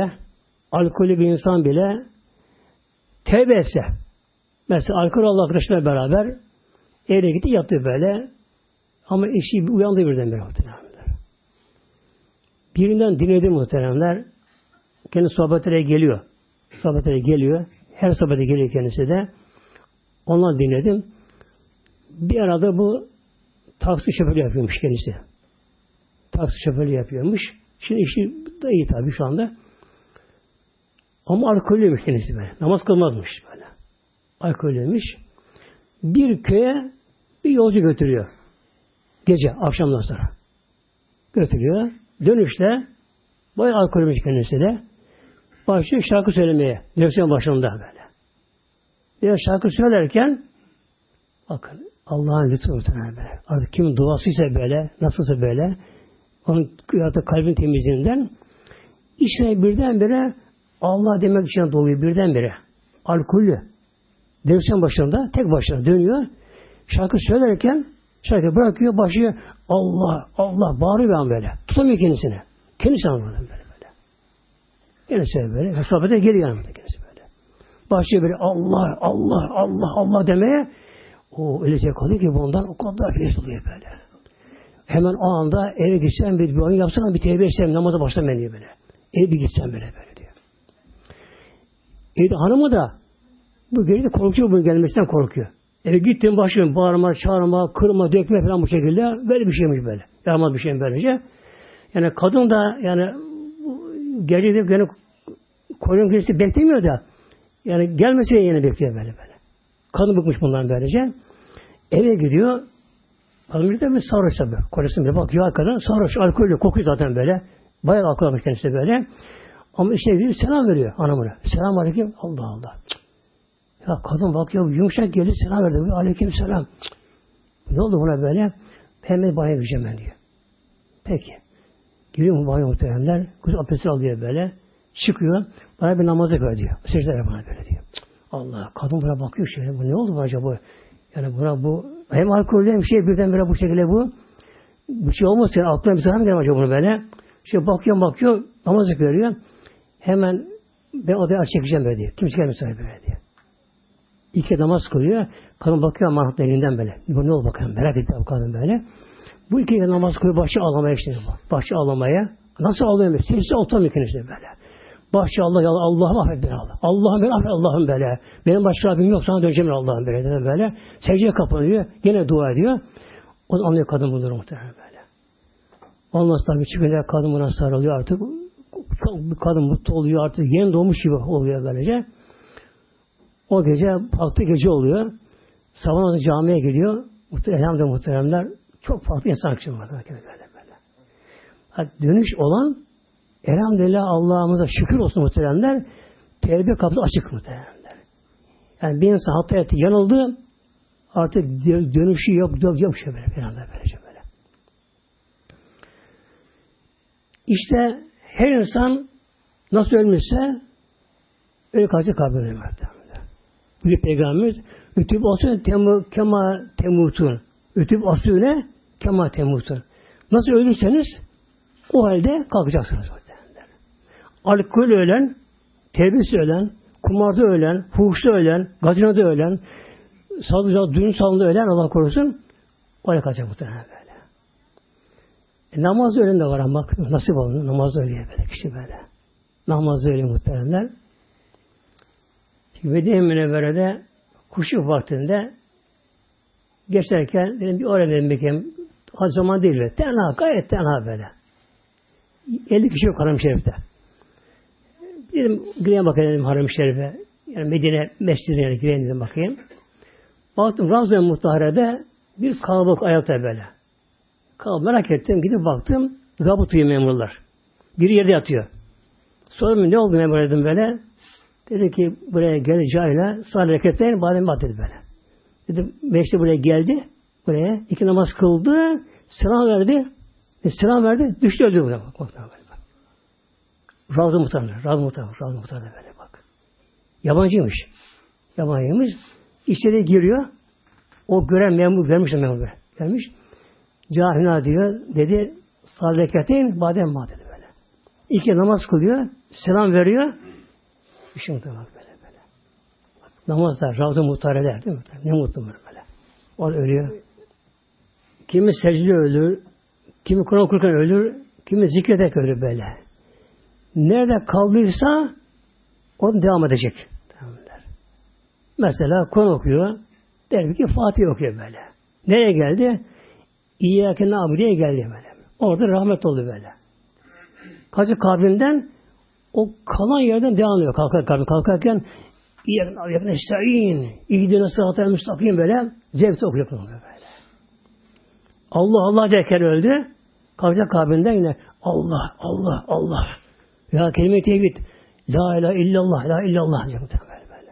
insan bile tevbe etse, mesela alkol Allah arkadaşlarla beraber evine gitti yattı böyle, ama eşi uyandı birdenbire muhtemelen. Birinden dinledi muhteremler, kendi sohbetlere geliyor. Her sohbete geliyor kendisi de. Ondan dinledim. Bir arada bu taksi şoförü yapıyormuş kendisi. Taksi şoförü yapıyormuş. Şimdi işi da iyi tabii şu anda. Ama alkollüymüş kendisi böyle. Namaz kılmazmış böyle. Alkollüymüş. Bir köye bir yolcu götürüyor. Gece, akşamdan sonra. Götürüyor. Dönüşte bayağı alkollüymüş kendisi de. Başlıyor şarkı söylemeye. Direksiyon başında böyle. Bir şarkı söylerken bakın Allah'ın lütfu böyle. Artık kimin duasıysa böyle, nasılsa böyle onun kalbin temizliğinden içine birdenbire Allah demek için doluyor birdenbire. Alkollü. Direksiyon başında tek başına dönüyor. Şarkı söylerken şarkı bırakıyor, başlıyor Allah, Allah bağırıyor böyle. Tutamıyor kendisini. Kendisi anlamadı böyle. Kendisi böyle. Sohbete geliyor yanımda kendisi böyle. Başlıyor böyle Allah, Allah, Allah, Allah demeye. O öylece kalıyor ki bundan o kadar feyz oluyor böyle. Hemen o anda eve gitsem bir oyun yapsam bir tevbe etsem namaza başlamam diyor böyle. Eve bir gitsem böyle diyor. Evde hanımı da bu geride korkuyor, bunun gelmesinden korkuyor. Eve gittim başlıyorum bağırma, çağırma, kırma, dökme falan bu şekilde. Böyle bir şeymiş böyle. Yaramaz bir şeymiş böylece. Yani kadın da yani gece yani koyun girisi beklemiyor da yani gelmesine yine bekliyor böyle. Kadın bıkmış bundan böylece. Eve gidiyor. Kadın bir de bir sarhoş tabi. Kocasına bir bakıyor kadın. Sarhoş, alkollü, kokuyor zaten böyle. Bayağı alkol almış kendisi böyle. Ama işte gidiyor selam veriyor hanımına. Selam aleyküm. Allah Allah. Ya kadın bakıyor yumuşak geldi selam verdi. Aleyküm selam. Ne oldu buna böyle? Hemen banyo gireceğim ben diyor. Peki. Giriyor mu banyo muhtemelenler? Kız abdesti alıyor böyle. Çıkıyor. Bana bir namaza koy diyor. Secde yap bana böyle diyor. Allah. Kadın buna bakıyor şöyle. Bu ne oldu bu acaba? Yani buna bu hem alkollü hem şey birdenbire bu şekilde bu. Bu şey olmaz yani aklına bir zarar mı gelmez acaba bunu böyle? İşte bakıyor. Namaza görüyor. Hemen ben odaya çekeceğim böyle diyor. Kimse gelmesin böyle diyor. İki namaz kılıyor. Kadın bakıyor manhattan elinden böyle. Bu ne oldu bakalım? Merak etti bu kadın böyle. Bu iki namaz kılıyor. Başı ağlamaya işte bu. Başı ağlamaya. Nasıl ağlıyor? Sessiz oturamıyor kendisi böyle. Başça Allah, Allah'ım affet beni Allah. Allah'ım beni affet Allah'ım böyle. Benim başka Rabbim yok, sana döneceğim Allah'ım böyle. Secdeye kapanıyor, gene dua ediyor. O da anlıyor kadın bunları muhtemelen böyle. Ondan sonra bir çıkınca kadın buna sarılıyor artık. Çok bir kadın mutlu oluyor artık. Yeni doğmuş gibi oluyor böylece. O gece, farklı gece oluyor. Sabah camiye gidiyor. Muhteremler çok farklı insan akşam var. Böyle. Dönüş olan elhamdülillah Allah'ımıza şükür olsun muhteremler. Tevbe kapısı açık muhteremler. Yani bir insan hata etti, yanıldı. Artık dönüşü yok şey böyle. Böyle. İşte her insan nasıl ölmüşse öyle kalacak kabrine muhteremler. Bir peygamberimiz ütüb asûne kema temutun. Ütüb asûne kema temutun. Nasıl ölürseniz o halde kalkacaksınız. Alkol ölen, terbiyesiz ölen, kumarda ölen, fuhuşta ölen, gazinoda ölen, düğün salonunda ölen Allah korusun oraya kalacak muhtemelen böyle. Namaz ölen de var ama bak nasip oldu. Namaz ölüyor böyle kişi böyle. Namaz ölüyor muhtemelenler. Medine Münevvere'de kuşluk vaktinde geçerken dedim bir oraya dedim bakayım. Az zaman değil böyle. Tenha, gayet tenha böyle. 50 kişi yok Haram-ı Şerif'te. Dedim gireyim bakayım dedim Haram-ı Şerif'e. Yani Medine Mescidi'ne gireyim dedim bakayım. Baktım Ravza-i Mutahhare'de bir kalabalık ayakta böyle. Merak ettim gidip baktım. Zabıt uyuyor memurlar. Biri yerde yatıyor. Sordum ne oldu memur dedim böyle. Dedi ki buraya geleceğiyle sağ hareketlerin badem bat dedi böyle. Dedim meşte buraya geldi. Buraya 2 namaz kıldı. Selam verdi. Selam verdi. Düştü öldü buraya. Ravza Muhtar'da böyle bak. Yabancıymış. İçeri giriyor. O gören memur vermiş memur gelmiş. Cahina diyor. Dedi sağ hareketin badem bat dedi böyle. 2 namaz kılıyor. Selam veriyor. Şimdi bak böyle. Bak, namazda Ravza Muhtar'a der değil mi? Ne mutlu böyle. O ölüyor. Kimi secde ölür, kimi Kur'an okurken ölür, kimi zikrederek ölür böyle. Nerede kaldıysa o devam edecek. Mesela Kur'an okuyor, der ki Fatih okuyor böyle. Nereye geldi? İyyâke na'budu'ya geldi böyle. Orada rahmet oldu böyle. Kaçı kabrinden o kalan yerden devam ediyor. Kalkarken İyyâke nesta'in İhdina sıratal müstakim böyle zevkle okuyor böyle. Allah derken öldü. Kalkacak kabrinden yine Allah. Ya kelime-i tevhid. La ilahe illallah diyor böyle.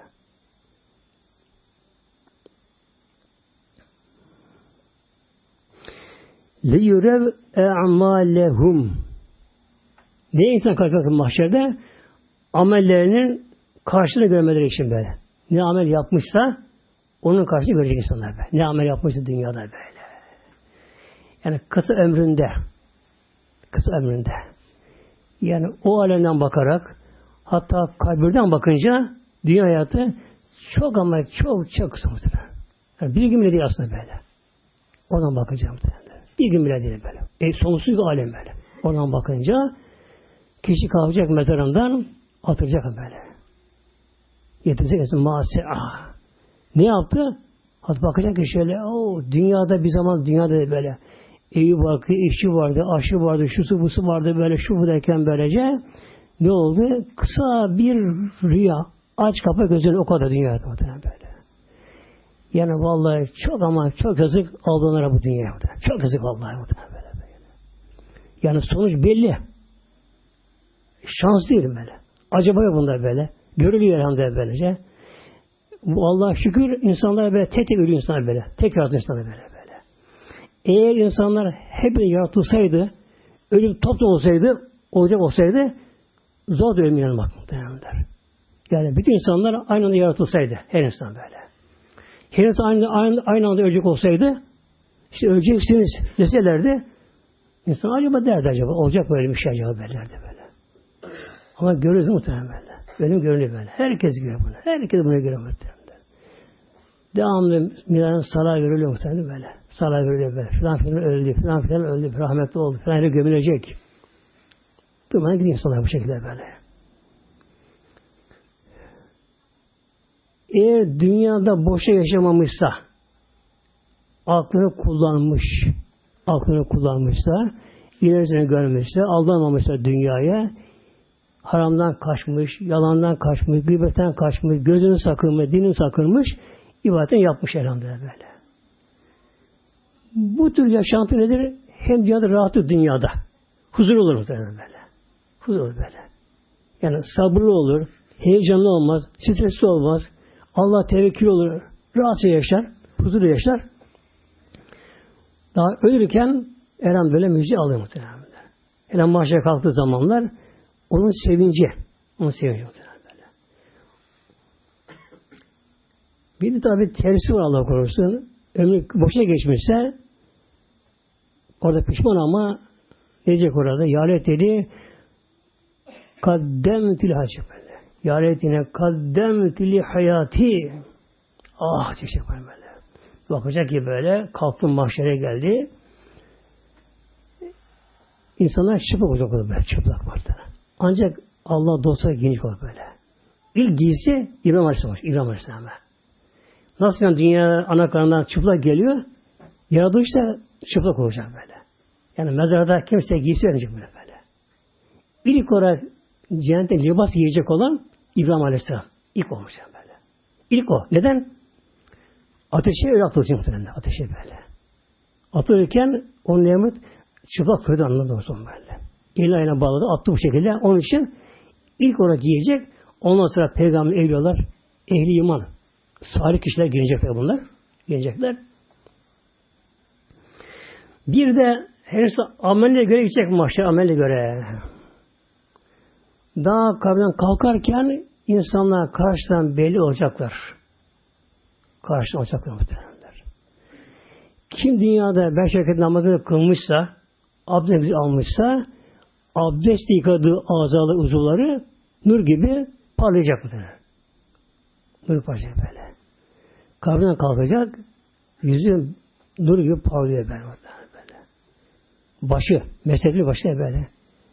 Li yurev e'malehum. Ne insan kalkacak mahşerde? Amellerinin karşılığını görmeleri için böyle. Ne amel yapmışsa onun karşılığını görecek insanlar böyle. Ne amel yapmışsa dünyada böyle. Yani kısa ömründe yani o alemden bakarak hatta kabirden bakınca dünya hayatı çok ama çok kısa muhtemelen. Yani bir gün bile değil aslında böyle. Oradan bakacağım muhtemelen. Bir gün bile değil böyle. Sonsuz bir alem böyle. Oradan bakınca kişi kalkacak mezarından atılacak böyle. Getirecek masi'ah. Ne yaptı? Hatta bakacak ki şöyle dünyada bir zaman dünyada böyle evi vardı, eşi vardı, aşı vardı, şusu busu vardı böyle şu bu derken böylece ne oldu? Kısa bir rüya. Aç kapa gözünü o kadar dünyada böyle. Yani vallahi çok ama çok yazık aldanlara bu dünyaya. Çok yazık vallahi böyle. Yani sonuç belli. Şans değil böyle. Acaba yok bunlar böyle. Görülüyor elhamdülillah böylece. Bu Allah'a şükür insanlar böyle tek ölü insanlar böyle. Tek yaratı insanlar böyle. Eğer insanlar hep yaratılsaydı, ölüm toplu olacak olsaydı, zor da ölüm yanmak muhtemelen. Yani bütün insanlar aynı anda yaratılsaydı, her insan böyle. Her insan aynı anda ölecek olsaydı, işte öleceksiniz deselerdi, insan acaba derdi acaba, olacak böyle bir şey acaba derlerdi böyle. Ama görüyoruz muhtemelen böyle. Ölüm görünüyor böyle. Herkes görüyor bunu. Herkes bunu görüyor muhtemelen. Devamlı milanın saray görülüyor muhtemelen böyle. Saray görülüyor böyle. Filan filan öldü. Rahmetli oldu. Filan yere gömülecek. Durmadan gidiyor insanlar bu şekilde böyle. Eğer dünyada boşa yaşamamışsa, aklını kullanmışsa, ilerisini görmüşse, aldanmamışsa dünyaya, haramdan kaçmış, yalandan kaçmış, gıybetten kaçmış, gözünü sakınmış, dinini sakınmış, ibadetini yapmış elhamdülillah böyle. Bu tür yaşantı nedir? Hem dünyada rahatı dünyada. Huzur olur muhtemelen böyle. Huzur olur böyle. Yani sabırlı olur, heyecanlı olmaz, stresli olmaz, Allah tevekkül olur, rahatça yaşar, huzurlu yaşar. Daha ölürken elhamdülillah böyle müjde alıyor muhtemelen. Hele mahşere kalktığı zamanlar onun sevinci muhtemelen böyle. Bir de tabi tersi var Allah korusun. Ömrü boşa geçmişse orada pişman ama ne diyecek orada? Yalet dedi kaddemtül hacı böyle. Yaletine kaddemtül hayati. Ah diyecek böyle. Bakacak ki böyle kalktım mahşere geldi. İnsanlar çıplak olacak böyle. Çıplak vardı. Ancak Allah dostları geniş var böyle. İlk giysi İbrahim Aleyhisselam. İbrahim Aleyhisselam'a. Nasıl yani dünya ana karnından çıplak geliyor? Yaratılışta çıplak olacak böyle. Yani mezarda kimse giysi verecek böyle. İlk olarak cennette libas yiyecek olan İbrahim Aleyhisselam. İlk olacak böyle. İlk o. Neden? Ateşe öyle atılacak muhtemelen. Ateşe böyle. Atılırken o nimet çıplak koydu anlamda olsun böyle. Eli ayağına bağladı. Attı bu şekilde. Onun için ilk olarak yiyecek. Ondan sonra peygamber evliyalar ehli iman. Salih kişiler gelecekler bunlar. Gelecekler. Bir de henüz ameline göre gidecek mahşer ameline göre. Daha kabirden kalkarken insanlar karşıdan belli olacaklar. Karşıdan olacaklar muhtemelenler. Kim dünyada beş vakit namazını kılmışsa, abdest almışsa, abdest yıkadığı azalı uzuvları nur gibi parlayacak muhtemelen. Nur parlayacak böyle. Kabirden kalkacak, yüzü nur gibi parlıyor böyle. Başı, meslekli başı böyle.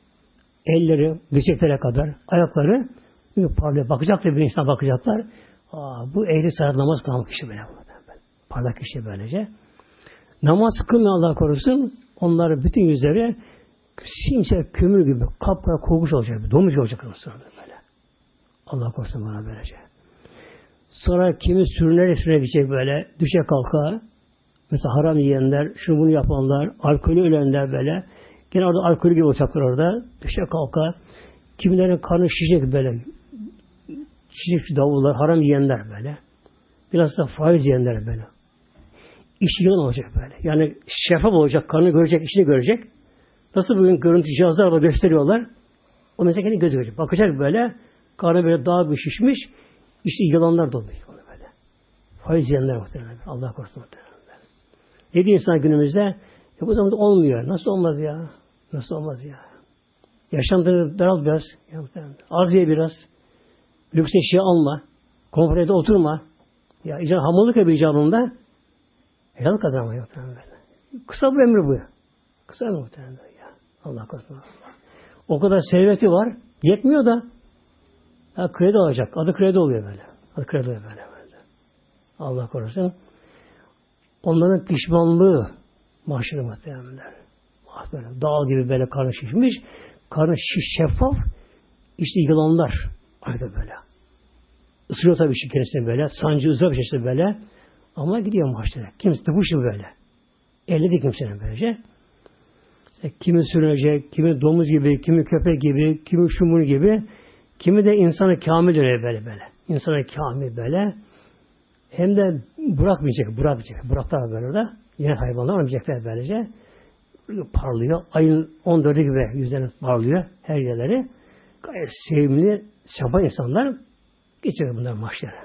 Elleri, dirseklere kadar, ayakları parlıyor. Bakacaklar bir insan bakacaklar. Bu ehli saat namaz kılan kişi böyle. Parlak kişi böylece. Namaz kılmayan Allah korusun, onların bütün yüzleri simsiyah kömür gibi kapkara kokmuş olacak. Domuz olacak böyle. Allah korusun bana böylece. Sonra kimi sürünerek gidecek böyle, düşe kalka. Mesela haram yiyenler, şunu bunu yapanlar, alkolü ölenler böyle. Gene orada alkolü gibi olacaklar orada. Düşe kalka. Kimilerin karnı şişecek böyle. Şişecek davullar, haram yiyenler böyle. Biraz da faiz yiyenler böyle. İşi yılan olacak böyle. Yani şeffaf olacak, karnı görecek, işini görecek. Nasıl bugün görüntü cihazlarla gösteriyorlar. O mesela kendi gözü görecek. Bakacak böyle, karnı böyle daha bir şişmiş. İşte yılanlar doluyor böyle. Faiz yiyenler muhtemelen. Allah korusun muhtemelen. Ne diyor insan günümüzde? Bu zamanda olmuyor. Nasıl olmaz ya? Nasıl olmaz ya? Yaşantını daralt biraz. Az ye biraz. Lüks eşya alma. Konforede oturma. Ya hamurluk yapı icabında helal kazanmaya muhtemelen. Kısa bu emri bu. Kısa mı muhtemelen ya? Allah korusun. O kadar serveti var. Yetmiyor da kredi alacak. Adı kredi oluyor böyle. Adı kredi oluyor böyle. Allah korusun. Onların pişmanlığı mahşere muhtemelenler. Dağ gibi böyle karnı şişmiş. Karnı şeffaf. İşte yılanlar. Ayda böyle. Isırıyor tabii şekerisini böyle. Sancı ızdırap içerisinde böyle. Ama gidiyor mahşere. Kimse de bu işi böyle. Elledi kimsenin böylece. İşte kimi sürünecek, kimi domuz gibi, kimi köpek gibi, kimi şumur gibi, kimi de insanı kamil dönüyor böyle. İnsanı kamil böyle. Hem de bırakmayacak. Bıraklar böyle orada. Yine hayvanlar olmayacaklar böylece. Parlıyor. Ayın 14'ü gibi yüzlerine parlıyor. Her yerleri. Gayet sevimli, sabah insanlar geçiyor bunlar mahşere.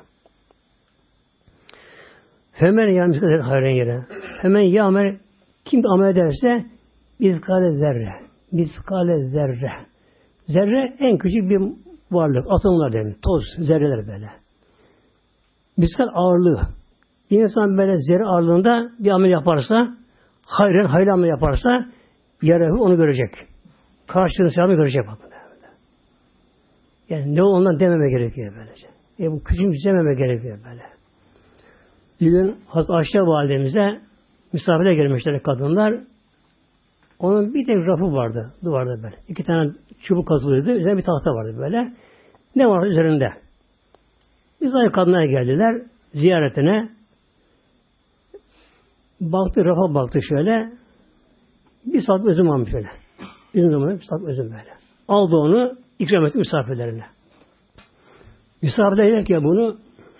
Hemen yanlış kadar hayran yere. Hemen yağmer kim amel ederse bizkale zerre. Bizkale zerre. Zerre en küçük bir varlık. Atomlar demek. Toz, zerreler böyle. Miskal ağırlığı. Bir insan böyle zerre ağırlığında bir amel yaparsa, hayırlı amel yaparsa, yarabbi onu görecek. Karşılığını sevabını görecek. Yani ne ondan dememe gerekiyor böylece. Bu küçümsememe gerekiyor böyle. Bir gün Hazreti Ayşe validemize misafire gelmişler kadınlar. Onun bir tek rafı vardı duvarda böyle. 2 tane çubuk kazılıydı. Üzerinde bir tahta vardı böyle. Ne var üzerinde? Misafir kadınlar geldiler ziyaretine. Baktı, rafa baktı şöyle. Bir salkım üzüm almış şöyle. Üzüm zamanı bir salkım üzüm böyle. Aldı onu, ikram etti misafirlerine. Misafirler yerken bunu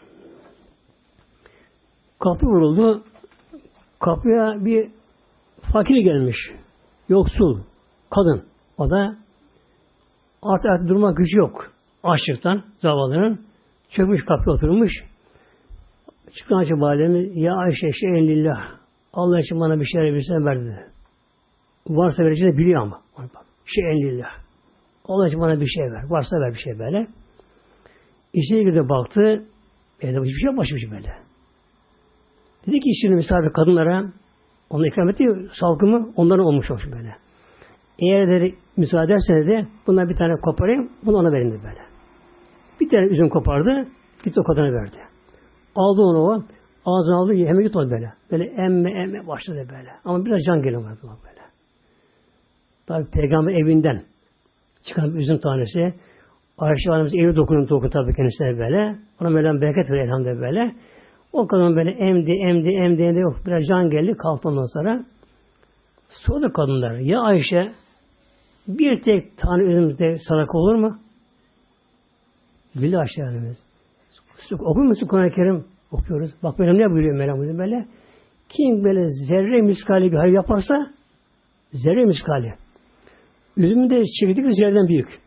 kapı vuruldu. Kapıya bir fakir gelmiş. Yoksul. Kadın. O da artık durma gücü yok. Açlıktan zavallının. Çökmüş kapıya oturmuş. Çıkan Ayşe validemiz ya Ayşe şeyen lillah. Allah için bana bir şeyler verirsen ver dedi. Varsa vereceğini biliyor ama. Şeyen lillah. Allah için bana bir şey ver. Varsa ver bir şey böyle. İçeri girdi baktı. Evde hiçbir şey başmış böyle. Dedi ki şimdi misafir kadınlara onu ikram etti salkımı onların olmuş böyle. Eğer dedi müsaade ederseniz de bundan bir tane koparayım bunu ona verin dedi böyle. Bir tane üzüm kopardı gitti o kadına verdi. Aldı onu o ağzına aldı hemen gitti o böyle. Böyle emme başladı böyle. Ama biraz can geliyor böyle. Tabi peygamber evinden çıkan bir üzüm tanesi Ayşe Hanım'ın evi dokun tabi kendisine böyle. Ona Mevlam bereket veriyor elhamdülillah böyle. O kadın böyle emdi yok. Biraz can geldi kalktı ondan sonra. Sordu kadınlar. Ya Ayşe bir tek tane üzümde sadaka olur mu? Güldü Ayşe Hanım'ız. Okur musun Kur'an-ı Kerim? Okuyoruz. Bak benim ne buyuruyor Mevlam böyle. Kim böyle zerre miskali bir hayır yaparsa zerre miskali. Üzümün de çekirdeği zerreden büyük.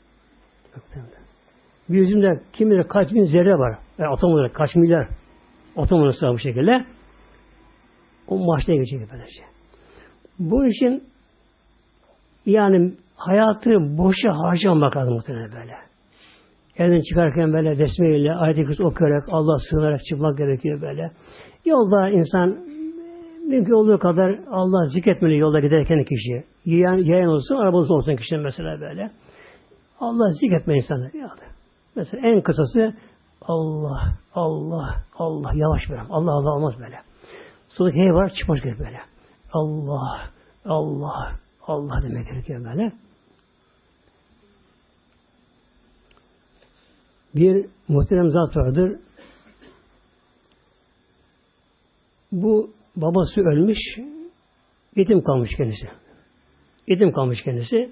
Bir üzümde kim bilir kaç bin zerre var. Yani atom olarak kaç milyar atom olarak bu şekilde. O maaşına geçecek böylece. Bu için yani hayatı boşa harcamamak lazım muhtemelen böyle. Evden çıkarken böyle besmeyle ayet-i kürsü okuyarak Allah sığınarak çıkmak gerekiyor böyle. Yolda insan mümkün olduğu kadar Allah zikretmeli yolda giderken kişi. Yayan olsun, arabası olsun kişinin mesela böyle. Allah zikretmeli insanı. Mesela en kısası Allah yavaş böyle. Allah olmaz böyle. Sonra hey var çıkmış gibi böyle. Allah demek gerekiyor böyle. Bir muhterem zat vardır. Bu babası ölmüş, yetim kalmış kendisi. Yetim kalmış kendisi.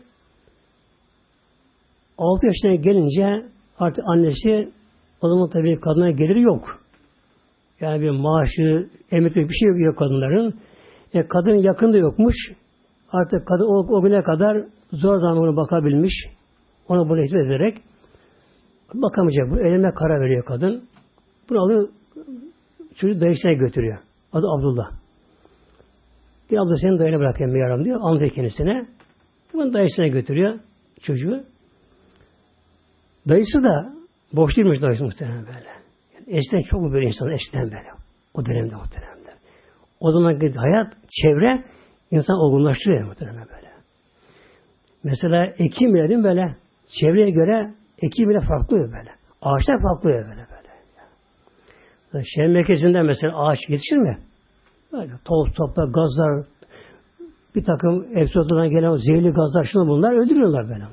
6 yaşına gelince artık annesi o zaman tabii kadına geliri yok. Yani bir maaşı, emekli bir şey yok kadınların. Kadın yakında yokmuş. Artık kadın o güne kadar zor zamanına bakabilmiş. Ona bunu hizmet ederek bakamayacak. Bu eline karar veriyor kadın. Bunu alıyor çocuğu dayısına götürüyor. Adı Abdullah. Bir abla senin dayına bırakayım yarım diyor. Anlatıyor kendisine. Bunu dayısına götürüyor çocuğu. Dayısı da boş değilmiş dayısı muhtemelen böyle. Yani eskiden çok mu böyle insan eskiden böyle. O dönemde muhtemelen. O zamanki hayat, çevre insan olgunlaştırıyor muhtemelen böyle. Mesela ekim bile değil mi böyle? Çevreye göre ekim bile farklı böyle. Ağaçlar farklı böyle. Şehir merkezinde mesela ağaç yetişir mi? Böyle toz, toprak, gazlar, bir takım egzozlardan gelen o zehirli gazlar, şunu bunlar öldürüyorlar böyle.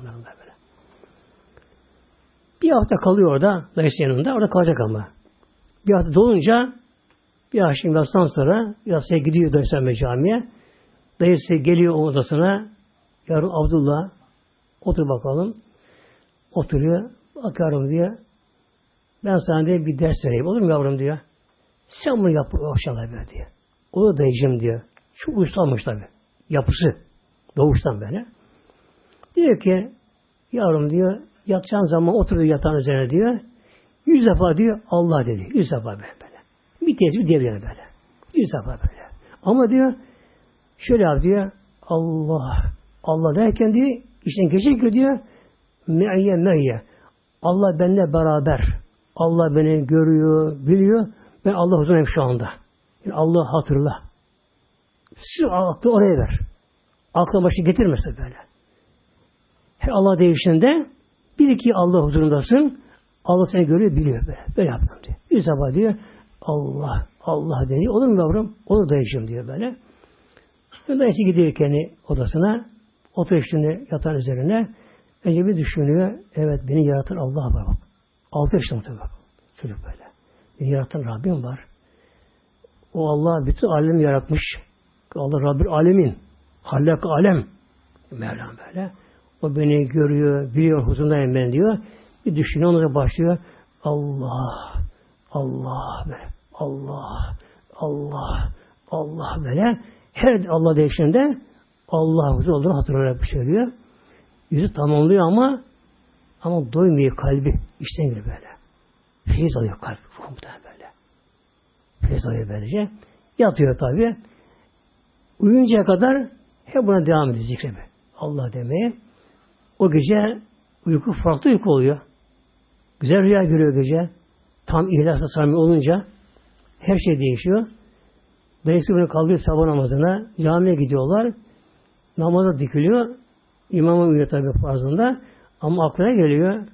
Bir hafta kalıyor orada, dayısı yanında, orada kalacak ama. Bir hafta dolunca, bir haftadan sonra yasaya gidiyor dayısı camiye. Dayısı geliyor o odasına, yavrum Abdullah, otur bakalım. Oturuyor, bakarım diyor. Ben sana diye bir ders vereyim, olur mu yavrum diyor. Sen bunu yap, hoşçakalın böyle diyor. Olur dayıcım diyor. Çok uysalmış tabi. Yapısı. Doğuştan böyle. Diyor ki, yavrum diyor, yatacağın zaman otur yatağın üzerine diyor. 100 defa diyor, Allah dedi. 100 defa böyle. Bir tezbih diğer yana böyle. 100 defa böyle. Ama diyor, şöyle yap diyor, Allah derken diyor, işten geçecek diyor, me'ye. Allah benimle beraber. Allah beni görüyor, biliyor. Ben Allah huzurundayım şu anda. Yani Allah'ı hatırla. Sırf aklı oraya ver. Aklına başı getirmese böyle. Her Allah değişinde bil ki Allah huzurundasın. Allah seni görüyor, biliyor böyle. Böyle yapmam diyor. Bir sabah diyor Allah, Allah deniyor. Olur mu yavrum? Olur dayıcığım diyor böyle. Dayısı gidiyor kendi odasına. Oturuyor üstüne yatağın üzerine. Önce bir düşünüyor. Evet beni yaratan Allah var bak. 6 yaşında tabii bak. Çocuk böyle. Beni yaratan Rabbim var. O Allah bütün alemi yaratmış. Allah Rabbül Alemin. Hallak alem. Mevlam böyle. O beni görüyor, biliyor, huzurundayım ben diyor. Bir düşünüyor, onlara başlıyor. Allah, Allah böyle. Allah, Allah, Allah böyle. Her Allah değişimde Allah huzur olduğunu hatırlayarak bir söylüyor. Yüzü tamamlıyor ama doymuyor kalbi. İçten geliyor böyle. Feyiz alıyor kalbi. Ruhumdan böyle. Feyiz alıyor böylece. Yatıyor tabi. Uyuncaya kadar hep buna devam ediyor zikreme. Allah demeye. O gece uyku farklı uyku oluyor. Güzel rüya görüyor gece. Tam ihlasla samimi olunca her şey değişiyor. Dayısı bunu kaldırıyor sabah namazına. Camiye gidiyorlar. Namaza dikiliyor. İmamın uyuyor tabi farzında. Ama aklına geliyor.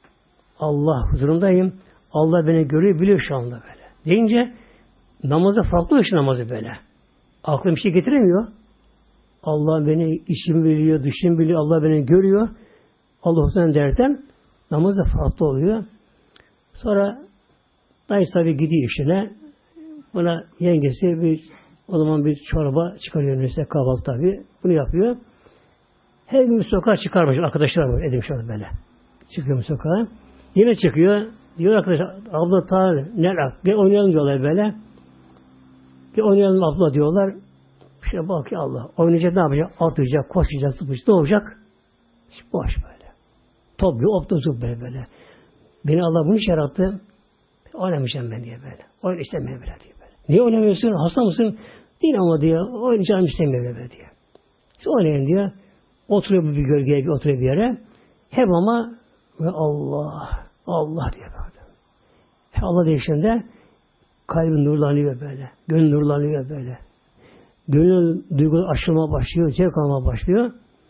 Allah huzurundayım. Allah beni görüyor, biliyor şu anda böyle. Deyince namazda farklı oluyor namazı böyle. Aklına bir şey getiremiyor. Allah beni içim biliyor, dışım biliyor. Allah beni görüyor. Allah huzurundan derken namaz da farklı oluyor. Sonra dayısı tabi gidiyor işine. Buna yengesi o zaman bir çorba çıkarıyor önüne kahvaltı tabi. Bunu yapıyor. Her gün sokağa çıkarmış. Arkadaşlar var. Edilmiş orada böyle. Çıkıyor sokağa. Yine çıkıyor. Diyor arkadaşlar abla gel oynayalım diyorlar böyle. Gel oynayalım abla diyorlar. Bir şey bak ya Allah. Oynayacak ne yapacak? Atlayacak, koşacak, zıplayacak. Ne olacak? İşte boş böyle. Topluyor, optozuk böyle. Beni Allah bunu hiç yarattı. Oynamayacağım ben diye böyle. Oyun istemiyorum böyle diye böyle. Niye oynamıyorsun? Hasta mısın? Değil ama diyor. Oynayacağım istemiyorum böyle diyor. İşte oynayın diyor. Oturuyor bir gölgeye, oturuyor bir yere. Hep ama ve Allah, Allah diye böyle. Allah değişimde kalbin nurlanıyor böyle. Gönül nurlanıyor böyle. Gönül duyguları aşılmaya başlıyor, zevk almaya başlıyor.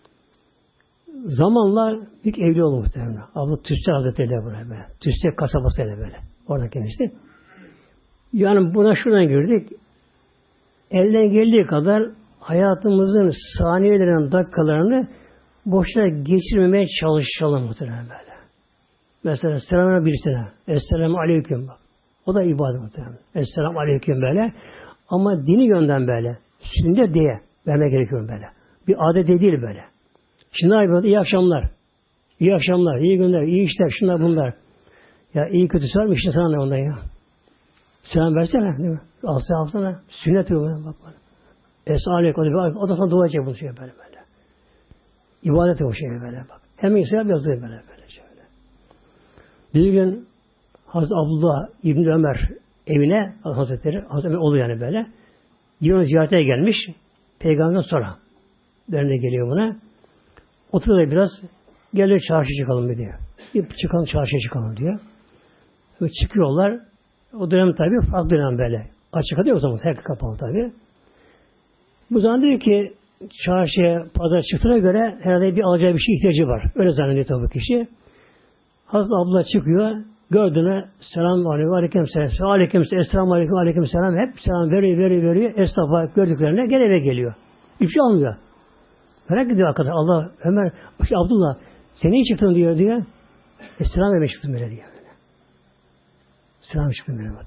Zamanla bir evli oldu muhtemelen. Abla Tüste Hazretleri böyle. Tüste kasabasıyla böyle. Orada kendisi. Yani buna şuradan girdik. Elden geldiği kadar hayatımızın saniyelerini, dakikalarını boşuna geçirmemeye çalışalım muhtemelen böyle. Mesela selamına birisine. Esselamu aleyküm bak. O da ibadet muhtemelen. Esselamu aleyküm böyle. Ama dini yönden böyle. Sünnet diye vermeye gerekiyor böyle. Bir adet değil böyle. Şimdi iyi akşamlar. İyi akşamlar, iyi günler, iyi işler, şunlar bunlar. Ya iyi kötü sorma işte sana ne ondan ya. Selam versene değil mi? Asya haftasına sünnet yok bak bana. Aleyküm o da sana dua edecek bu şey böyle. İbadet o şey böyle bak. Hemen sevap yazıyor böyle şöyle. Bir gün Hazreti Abdullah İbn Ömer evine Hazretleri Ömer oluyor yani böyle. Yine ziyarete gelmiş. Peygamberden sonra derine geliyor buna. Oturuyor biraz. Gel çarşıya çıkalım diyor. Çıkalım çarşıya çıkalım diyor. Ve çıkıyorlar. O dönem tabii farklı dönem böyle. Açık değil o zaman. Her kapalı tabii. Bu zaman diyor ki çarşıya pazara çıktığına göre herhalde bir alacağı bir şey ihtiyacı var. Öyle zannediyor tabii kişi. Hazreti Abdullah çıkıyor. Gördüğüne selamun aleyküm, aleyküm selam. Aleyküm selam, esselamu aleyküm, aleyküm selam. Hep selam veriyor. Esnafa gördüklerine gel eve geliyor. Hiçbir şey almıyor. Merak ediyor arkadaşlar. Allah Ömer, Abdullah sen niye çıktın diyor. Selam vermeye çıktım böyle diyor. Selam çıktım böyle.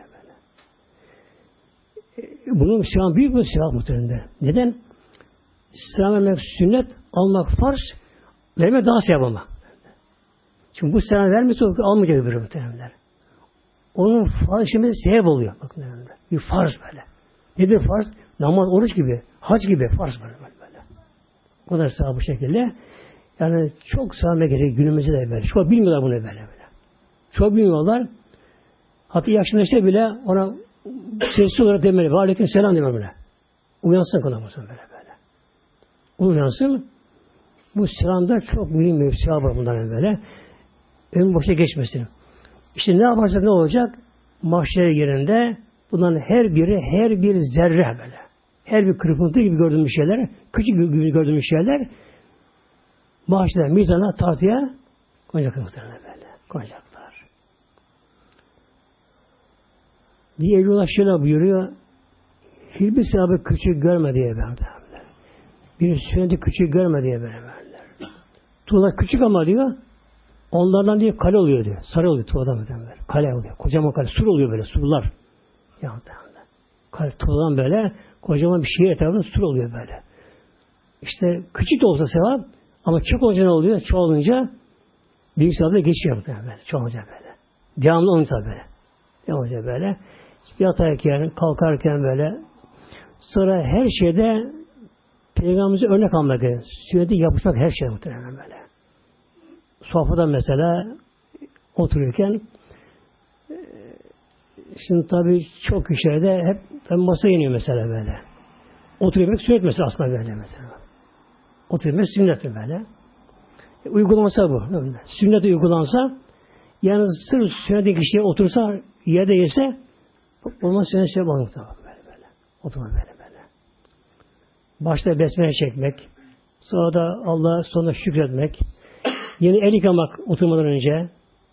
Bunun selam büyük bir sevap muhtemelen. Neden? Selam vermek sünnet, almak farz, vermek daha sevap ama. Çünkü bu selam vermesi almayacak bir muhtemelen. Onun farz işimiz sevap oluyor. Bakın bir farz böyle. Nedir farz? Namaz, oruç gibi, hac gibi farz böyle. O da sevap bu şekilde. Yani çok sevme gerekiyor günümüzde de böyle. Çok bilmiyorlar bunu böyle. Çok bilmiyorlar. Hatta yaşlanırsa bile ona sessiz olarak demeli. Aleyküm selam demeli böyle. Uyansın konamasın böyle. Uyansın. Bu selamda çok mühim bir sevap var bundan böyle. Ön boşa geçmesin. İşte ne yaparsak ne olacak? Mahşer yerinde bunların her bir zerre böyle. Her bir kırpıntı gibi gördüğümüz şeyler, küçük gibi gördüğümüz şeyler mahşerde mizana, tartıya koyacaklar muhtemelen böyle. Koyacaklar. diye Evliullah şöyle buyuruyor. Hiçbir sahabe küçük görme diye verdi. Bir sünneti küçük görme diye verdiler. Tuğla küçük ama diyor, onlardan diyor kale oluyor diyor. Sarı oluyor tuğladan böyle. Kale oluyor. Kocaman kale. Sur oluyor böyle. Surlar. Kale tuğladan böyle kocaman bir şehir etrafında sur oluyor böyle. İşte küçük de olsa sevap ama çok olunca ne oluyor? Çoğalınca büyük sevapla geçiyor böyle. Çoğalınca böyle. Devamlı olunca böyle. Devamlı böyle. Yatarken, kalkarken böyle. Sonra her şeyde Peygamberimize örnek almak gerekiyor. Sünneti yapacak her şey muhtemelen böyle. Sofrada mesela otururken şimdi tabii çok kişilerde hep masa yeniyor mesela böyle. Oturmak sünnet mesela aslında böyle mesela. Oturmak sünnettir böyle. Uygulansa bu. Sünnet uygulansa yani sırf sünnet kişiye otursa yerde yese olmaz sünnet şey olur böyle. Oturma böyle. Başta besmele çekmek, sonra da Allah'a sonra şükretmek, yeni el yıkamak oturmadan önce,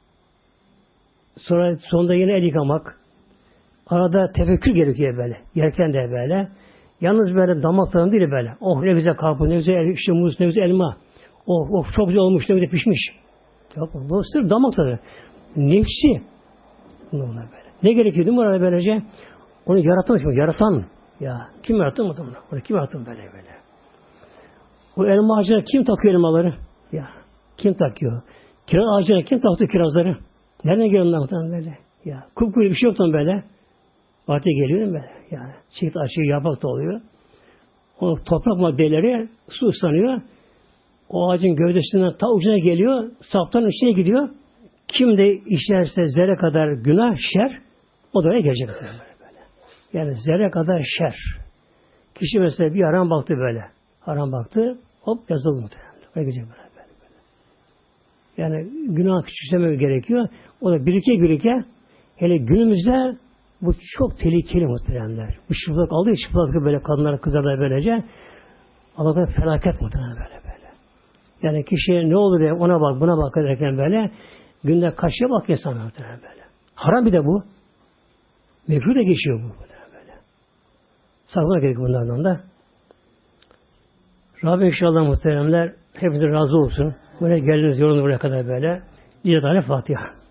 sonra sonunda yeni el yıkamak, arada tefekkür gerekiyor böyle, yerken de böyle, yalnız böyle damak tadı değil böyle, oh ne güzel karpuz, ne güzel işte muz, ne güzel elma, oh çok güzel olmuş, ne güzel pişmiş. Yok, bu sırf damak tadı. Nefsi, böyle. Ne gerekiyor değil mi orada böylece? Onu yaratan. Ya kim yarattı mı bunu? Onu kim yarattı böyle? O elma ağacına kim takıyor elmaları? Ya kim takıyor? Kiraz ağacına kim taktı kirazları? Nereden geliyor ondan böyle? Ya kupkuru bir şey yoktu böyle. Vakti geliyor böyle. Yani çift açıyor, yaprak da oluyor. O toprak maddeleri su ıslanıyor. O ağacın gövdesinden ta ucuna geliyor. Saptan içine gidiyor. Kim de işlerse zerre kadar günah, şer o da oraya gelecek. Yani zerre kadar şer. Kişi mesela bir haram baktı böyle. Haram baktı, hop yazıldı muhtemelen. Öyle gidecek böyle. Yani günah küçümsemek gerekiyor. O da birike hele günümüzde bu çok tehlikeli muhteremler. Bu çıplak aldığı çıplak böyle kadınlar kızarlar böylece Allah'ın felaket muhterem böyle. Yani kişiye ne olur diye ona bak buna bak derken böyle günde kaçıya bak insan muhterem böyle. Haram bir de bu. Mekruh da geçiyor bu. Sakına gerek bunlardan da. Rabbim inşallah muhteremler hepinize razı olsun. Buraya geldiniz, yorulun buraya kadar böyle. Bir tane Fatiha.